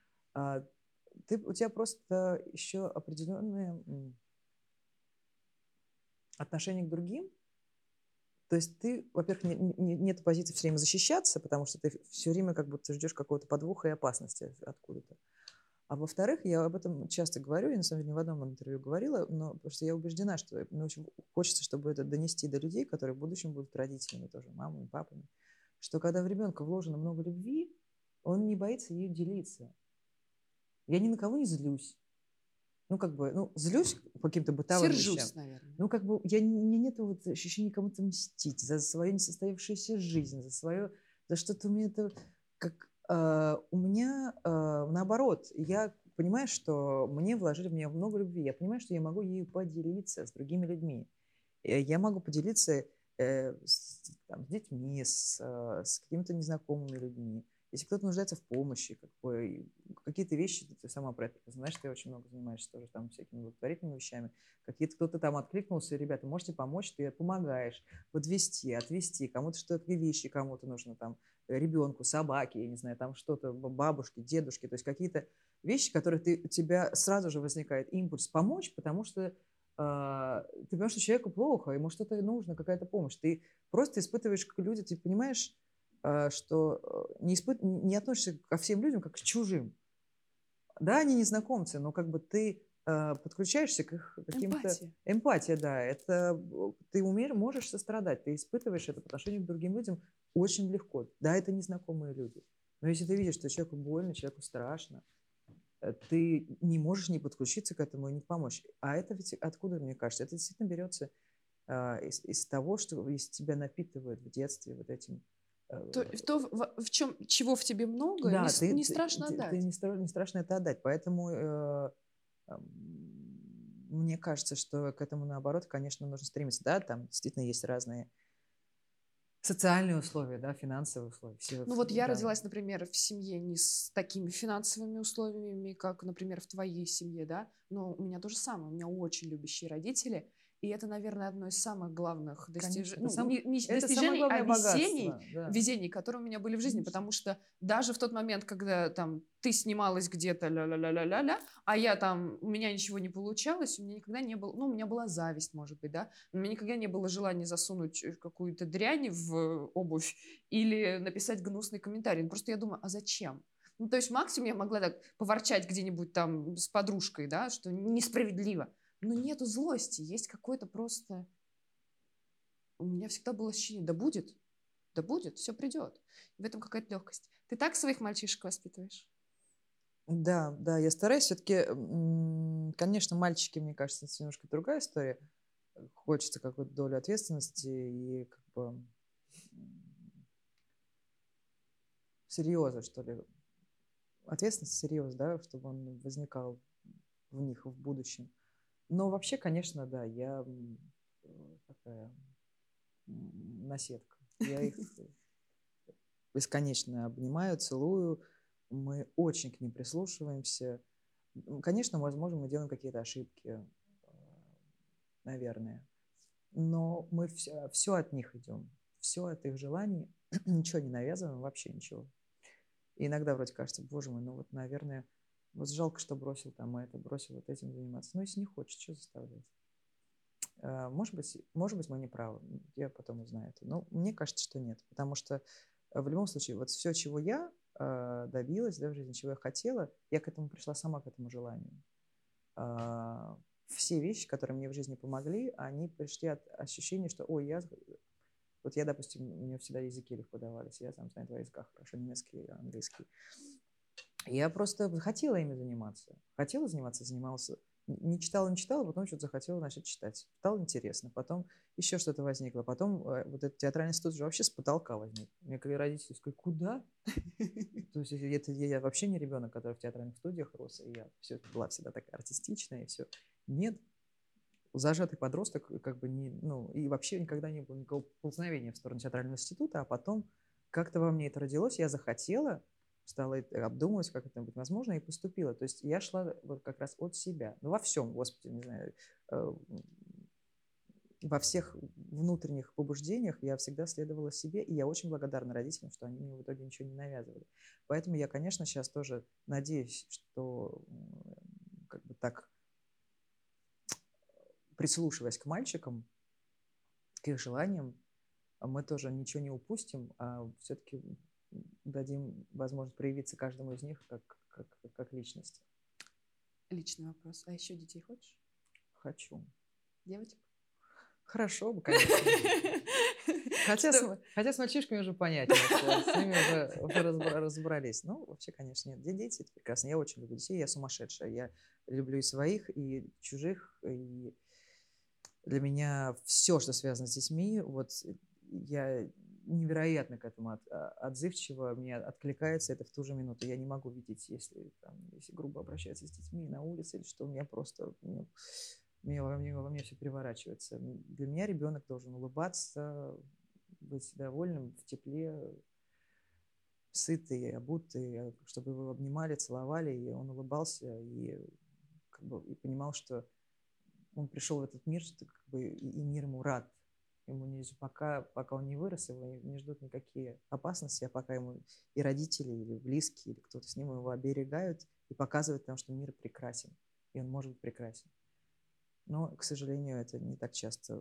у тебя просто еще определенное отношение к другим. То есть ты, во-первых, нет позиции все время защищаться, потому что ты все время как будто ждешь какого-то подвоха и опасности откуда-то. А во-вторых, я об этом часто говорю, я на самом деле не в одном интервью говорила, но потому что я убеждена, что очень хочется, чтобы это донести до людей, которые в будущем будут родителями тоже, мамами, папами, что когда в ребенка вложено много любви, он не боится ею делиться. Я ни на кого не злюсь. Злюсь по каким-то бытовым вещам. Наверное. У меня нет ощущения кому-то мстить за свою несостоявшуюся жизнь, за что-то у меня это у меня наоборот. Я понимаю, что мне вложили в нее много любви. Я понимаю, что я могу ею поделиться с другими людьми. Я могу поделиться с детьми, с какими-то незнакомыми людьми. Если кто-то нуждается в помощи, какие-то вещи, ты сама про это знаешь, ты очень много занимаешься тоже там всякими благотворительными вещами. Кто-то там откликнулся, ребята, можете помочь, ты помогаешь подвести, отвезти, кому-то что-то, вещи кому-то нужно, там, ребенку, собаке, я не знаю, там что-то, бабушке, дедушке, то есть какие-то вещи, которые у тебя сразу же возникает импульс помочь, потому что ты понимаешь, что человеку плохо, ему что-то нужно, какая-то помощь. Ты просто испытываешь, как люди, ты понимаешь, что не относишься ко всем людям как к чужим. Да, они незнакомцы, но как бы ты подключаешься к их каким-то... Эмпатия, да. Это ты можешь сострадать, ты испытываешь это по отношению к другим людям очень легко. Да, это незнакомые люди. Но если ты видишь, что человеку больно, человеку страшно, ты не можешь не подключиться к этому и не помочь. А это ведь откуда, мне кажется? Это действительно берется из того, что если тебя напитывают в детстве вот этим... чего в тебе много, да, не страшно отдать. Не страшно это отдать. Поэтому мне кажется, что к этому, наоборот, конечно, нужно стремиться. Да, там действительно есть разные социальные условия, да, финансовые условия. Я родилась, например, в семье не с такими финансовыми условиями, как, например, в твоей семье, да, но у меня то же самое. У меня очень любящие родители. И это, наверное, одно из самых главных достижений, достижений, а везений, которые у меня были в жизни. Конечно. Потому что даже в тот момент, когда там ты снималась где-то, а я там, у меня ничего не получалось, у меня никогда не было, у меня была зависть, может быть, да, у меня никогда не было желания засунуть какую-то дрянь в обувь или написать гнусный комментарий. Просто я думаю, а зачем? То есть максимум я могла так поворчать где-нибудь там с подружкой, да, что несправедливо. Но нету злости, есть какой-то просто... У меня всегда было ощущение, да будет, все придет. В этом какая-то легкость. Ты так своих мальчишек воспитываешь? Да, я стараюсь все-таки... Конечно, мальчики, мне кажется, это немножко другая история. Хочется какую-то долю ответственности и как бы серьеза, что ли. Ответственность, серьез, да, чтобы он возникал в них в будущем. Но вообще, конечно, да, я такая наседка. Я их бесконечно обнимаю, целую. Мы очень к ним прислушиваемся. Конечно, возможно, мы делаем какие-то ошибки, наверное. но мы все от них идем, все от их желаний, ничего не навязываем, вообще ничего. И иногда вроде кажется, боже мой, ну вот, наверное, вот жалко, что бросил там это, бросил вот этим заниматься. Ну, если не хочет, что заставлять? Может быть, мы не правы, я потом узнаю это. Но мне кажется, что нет, потому что в любом случае, вот все, чего я добилась, да, в жизни, чего я хотела, я к этому пришла сама, к этому желанию. Все вещи, которые мне в жизни помогли, они пришли от ощущения, что, ой, я, допустим, мне всегда языки легко давались, я там знаю два языка хорошо, немецкий и английский. Я просто хотела ими заниматься. Занималась. Не читала, потом что-то захотела начать читать. Стало интересно. Потом еще что-то возникло. Потом вот этот театральный институт же вообще с потолка возник. Мне когда родители сказали, куда? То есть я вообще не ребенок, который в театральных студиях рос, и я была всегда такая артистичная, и все. Нет. Зажатый подросток, как бы и вообще никогда не было никакого ползновения в сторону театрального института, а потом как-то во мне это родилось, я захотела, стала обдумывать, как это быть возможно, и поступила. То есть я шла вот как раз от себя. Ну, во всем, Господи, не знаю, во всех внутренних побуждениях я всегда следовала себе, и я очень благодарна родителям, что они мне в итоге ничего не навязывали. Поэтому я, конечно, сейчас тоже надеюсь, что как бы так, прислушиваясь к мальчикам, к их желаниям, мы тоже ничего не упустим, а все-таки дадим возможность проявиться каждому из них как личности. Личный вопрос. А еще детей хочешь? Хочу. Девочек? Хорошо бы, конечно. Хотя с мальчишками уже понятно, с ними уже разобрались. Ну, вообще, конечно, нет. Дети — это прекрасно. Я очень люблю детей, я сумасшедшая. Я люблю и своих, и чужих. И для меня все, что связано с детьми, вот я невероятно к этому отзывчиво, мне откликается это в ту же минуту. Я не могу видеть, если грубо обращаться с детьми на улице, или что у меня просто... во мне все переворачивается. Для меня ребенок должен улыбаться, быть довольным, в тепле, сытый, обутый, чтобы его обнимали, целовали, и он улыбался, и понимал, что он пришел в этот мир, что и мир ему рад. Ему пока он не вырос, его не ждут никакие опасности, а пока ему и родители, или близкие, или кто-то с ним его оберегают и показывают нам, что мир прекрасен, и он может быть прекрасен. Но, к сожалению, это не так часто,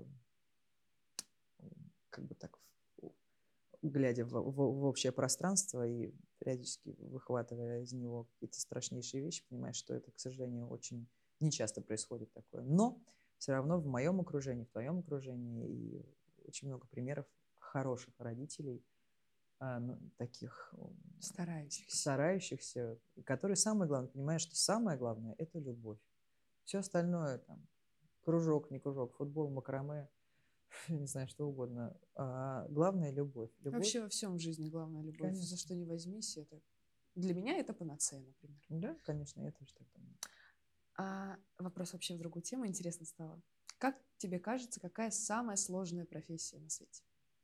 глядя в общее пространство и периодически выхватывая из него какие-то страшнейшие вещи, понимаешь, что это, к сожалению, очень нечасто происходит такое. Но все равно в моем окружении, в твоем окружении и очень много примеров хороших родителей, таких старающихся, которые, самое главное, понимают, что самое главное – это любовь. Все остальное, там, кружок, не кружок, футбол, макраме, не знаю, что угодно. А главное – любовь. Вообще во всем в жизни главное любовь. Конечно. За что не возьмись, это... Для меня это панацея, например. Да, конечно, я тоже так думаю. Вопрос вообще в другую тему, интересно стало. Как тебе кажется, какая самая сложная профессия на свете?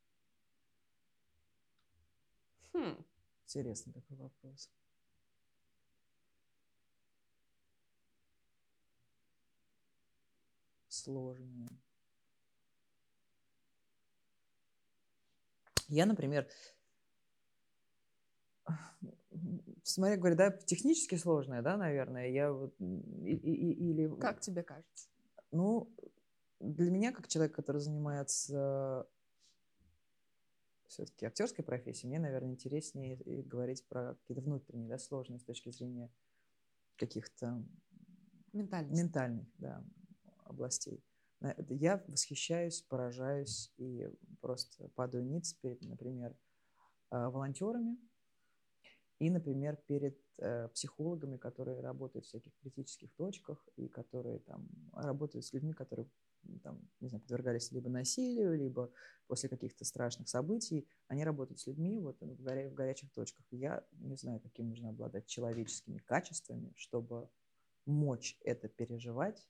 Интересный такой вопрос. Сложная. Я, например, смотря, говорю, да, технически сложная, да, наверное, я вот или... Как тебе кажется? Ну, для меня, как человек, который занимается все-таки актерской профессией, мне, наверное, интереснее говорить про какие-то внутренние, да, сложные с точки зрения каких-то ментальных, да, областей. Я восхищаюсь, поражаюсь и просто падаю ниц перед, например, волонтерами и, например, перед психологами, которые работают в всяких критических точках и которые там работают с людьми, которые там, не знаю, подвергались либо насилию, либо после каких-то страшных событий. Они работают с людьми вот в горячих точках. Я не знаю, каким нужно обладать человеческими качествами, чтобы мочь это переживать,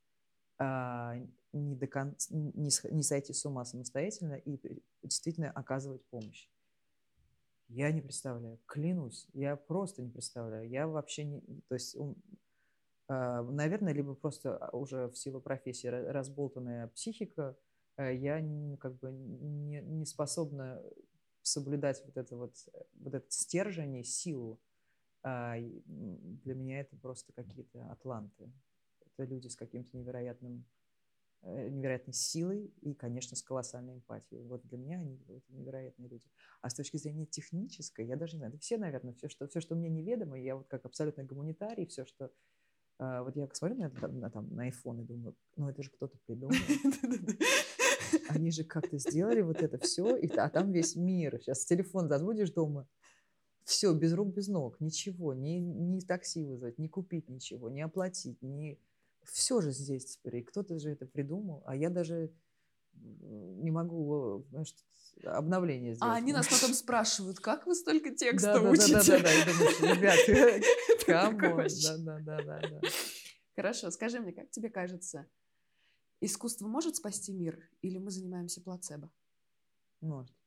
не сойти с ума самостоятельно и действительно оказывать помощь. Я не представляю, клянусь, я просто не представляю. Я вообще не... То есть, наверное, либо просто уже в силу профессии разболтанная психика, я как бы не способна соблюдать вот этот стержень и силу. Для меня это просто какие-то атланты. Это люди с каким-то невероятной силой и, конечно, с колоссальной эмпатией. Вот для меня они невероятные люди. А с точки зрения технической, я даже не знаю, это все, наверное, все, что мне неведомо, я вот как абсолютный гуманитарий, все, что... Вот я смотрю на iPhone и думаю, ну это же кто-то придумал. Они же как-то сделали вот это все, а там весь мир. Сейчас телефон забудешь дома, все, без рук, без ног, ничего, ни такси вызвать, ни купить ничего, ни оплатить, ни... Все же здесь теперь, и кто-то же это придумал, а я даже не могу, знаешь, обновление сделать. А они нас потом спрашивают, как вы столько текста да, учите? Да, и думаешь, ребят, камон, да. Хорошо, скажи мне, как тебе кажется, искусство может спасти мир, или мы занимаемся плацебо? Может.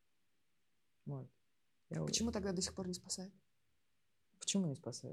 Почему тогда до сих пор не спасает? Почему не спасает?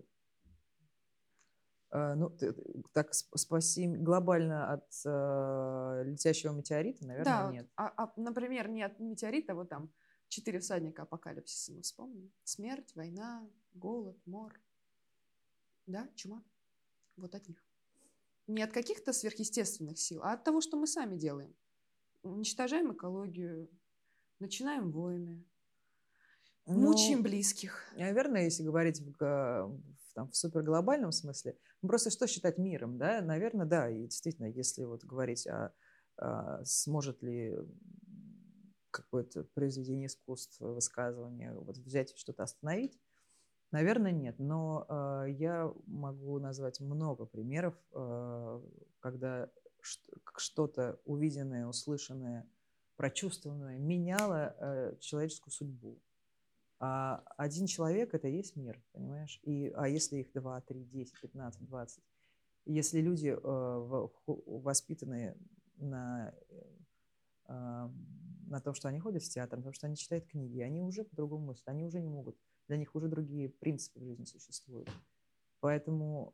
Ну, так спаси глобально от летящего метеорита, наверное, да, нет. Например, не от метеорита, вот там 4 всадника апокалипсиса мы вспомним. Смерть, война, голод, мор. Да, чума. Вот от них. Не от каких-то сверхъестественных сил, а от того, что мы сами делаем. Уничтожаем экологию, начинаем войны, мучаем близких. Наверное, если говорить в суперглобальном смысле, просто что считать миром, да? Наверное, да, и действительно, если вот говорить сможет ли какое-то произведение искусства, высказывание вот взять и что-то остановить, наверное, нет. Но я могу назвать много примеров, когда что-то увиденное, услышанное, прочувствованное меняло человеческую судьбу. А один человек – это и есть мир, понимаешь? А если их 2, 3, 10, 15, 20? Если люди воспитаны на том, что они ходят в театр, на том, что они читают книги, они уже по-другому мыслят, они уже не могут. Для них уже другие принципы в жизни существуют. Поэтому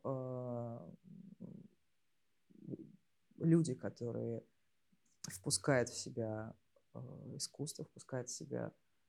люди, которые впускают в себя искусство, впускают в себя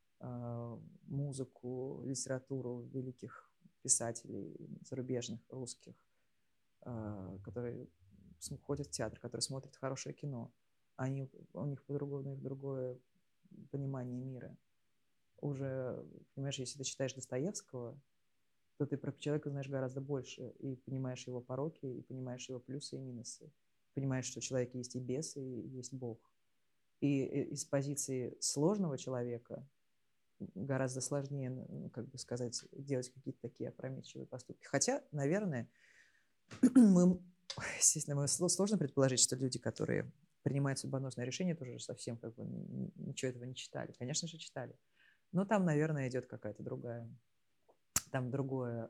музыку, литературу великих писателей зарубежных, русских, которые ходят в театр, которые смотрят хорошее кино. У них другое понимание мира. Уже, понимаешь, если ты читаешь Достоевского, то ты про человека знаешь гораздо больше и понимаешь его пороки, и понимаешь его плюсы и минусы. Понимаешь, что в человеке есть и бес, и есть Бог. И из позиции сложного человека гораздо сложнее, как бы сказать, делать какие-то такие опрометчивые поступки. Хотя, наверное, естественно, сложно предположить, что люди, которые принимают судьбоносное решение, тоже совсем как бы ничего этого не читали. Конечно же, читали. Но там, наверное, идет какая-то другая, там другое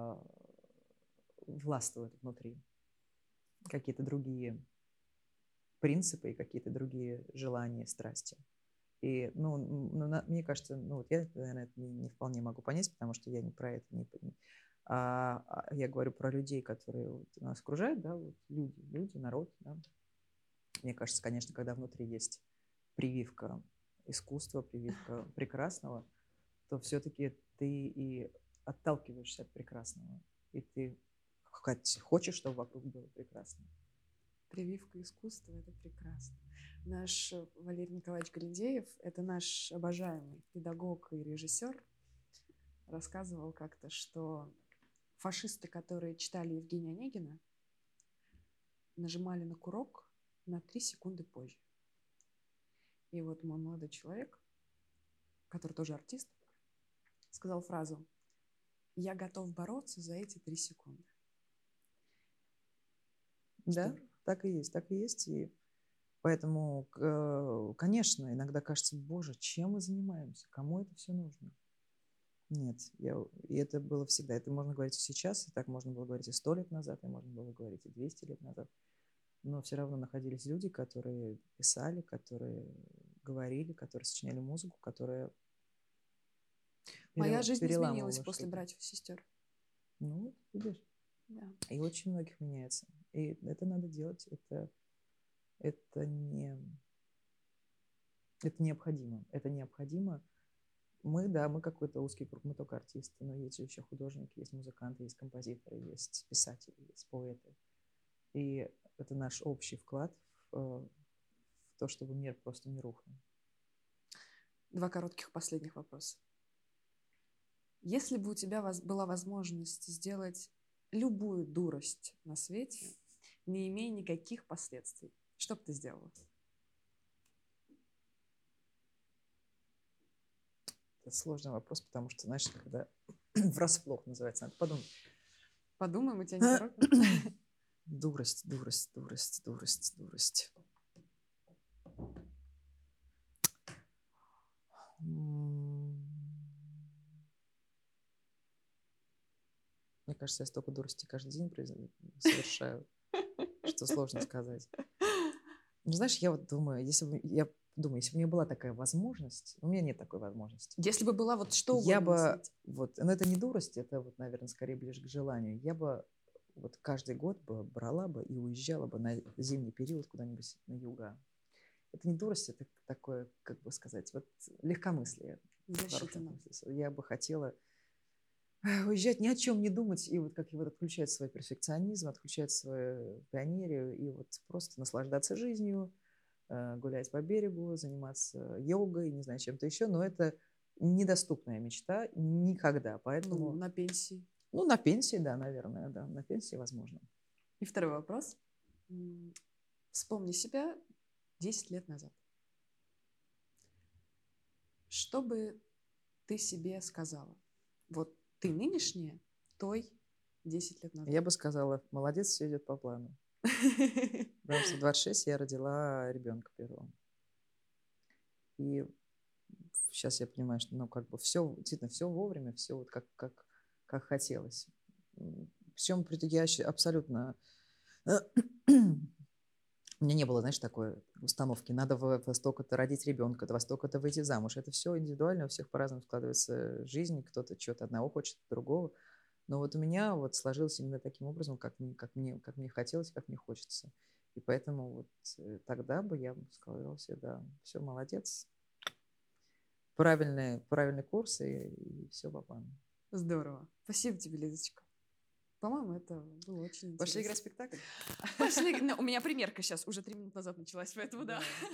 властвует внутри. Какие-то другие принципы и какие-то другие желания, страсти. И, мне кажется, вот я, наверное, это не вполне могу понять, потому что я не про это не понимаю. Я говорю про людей, которые вот нас окружают, да, вот люди, народ, да. Мне кажется, конечно, когда внутри есть прививка искусства, прививка прекрасного, то все-таки ты и отталкиваешься от прекрасного, и ты хочешь, чтобы вокруг было прекрасно. Прививка искусства – это прекрасно. Наш Валерий Николаевич Галендеев, это наш обожаемый педагог и режиссер, рассказывал как-то, что фашисты, которые читали Евгения Онегина, нажимали на курок на 3 секунды позже. И вот мой молодой человек, который тоже артист, сказал фразу: «Я готов бороться за эти 3 секунды». Да, так и есть. И поэтому, конечно, иногда кажется, боже, чем мы занимаемся, кому это все нужно? Нет, и это было всегда. Это можно говорить и сейчас, и так можно было говорить и 100 лет назад, и можно было говорить и 200 лет назад. Но все равно находились люди, которые писали, которые говорили, которые сочиняли музыку, которая Моя жизнь изменилась после «Братьев и сестер». Ну, видишь. Да. И очень многих меняется. И это надо делать. Это не... Это необходимо. Это необходимо. Мы какой-то узкий круг, мы только артисты, но есть еще художники, есть музыканты, есть композиторы, есть писатели, есть поэты. И это наш общий вклад в то, чтобы мир просто не рухнул. 2 коротких последних вопроса. Если бы у тебя была возможность сделать любую дурость на свете, не имея никаких последствий, что бы ты сделала? Это сложный вопрос, потому что, знаешь, когда врасплох называется, надо подумать. Подумай, мы тебя не торопим. Дурость. Мне кажется, я столько дурости каждый день совершаю, что сложно сказать. Ну, знаешь, я вот думаю, если бы у меня была такая возможность, у меня нет такой возможности. Если бы была вот что угодно я бы, на свете. но это не дурость, это вот, наверное, скорее ближе к желанию. Я бы вот каждый год бы брала бы и уезжала бы на зимний период куда-нибудь на юга. Это не дурость, это такое, как бы сказать, вот легкомыслие. Я бы хотела уезжать, ни о чем не думать, и вот как вот отключать свой перфекционизм, отключать свою пионерию, и вот просто наслаждаться жизнью, гулять по берегу, заниматься йогой, не знаю, чем-то еще, но это недоступная мечта никогда, поэтому... на пенсии. На пенсии, да, наверное, да, на пенсии возможно. И второй вопрос. Вспомни себя 10 лет назад. Что бы ты себе сказала? Вот ты нынешняя, той 10 лет назад. Я бы сказала, молодец, все идет по плану. Потому что в 26 я родила ребенка первого. И сейчас я понимаю, что все, действительно, все вовремя, все вот как хотелось. Причем я абсолютно... У меня не было, знаешь, такой установки, надо во столько-то родить ребенка, во столько-то выйти замуж. Это все индивидуально, у всех по-разному складывается жизнь, кто-то чего-то одного хочет, другого. Но вот у меня вот сложилось именно таким образом, как мне хотелось, как мне хочется. И поэтому вот тогда бы я сказала себе, да, все, молодец, правильный курс, и все по плану. Здорово. Спасибо тебе, Лизочка. По-моему, это было очень интересно. Пошли играть в спектакль? Пошли. У меня примерка сейчас уже 3 минуты назад началась, поэтому да.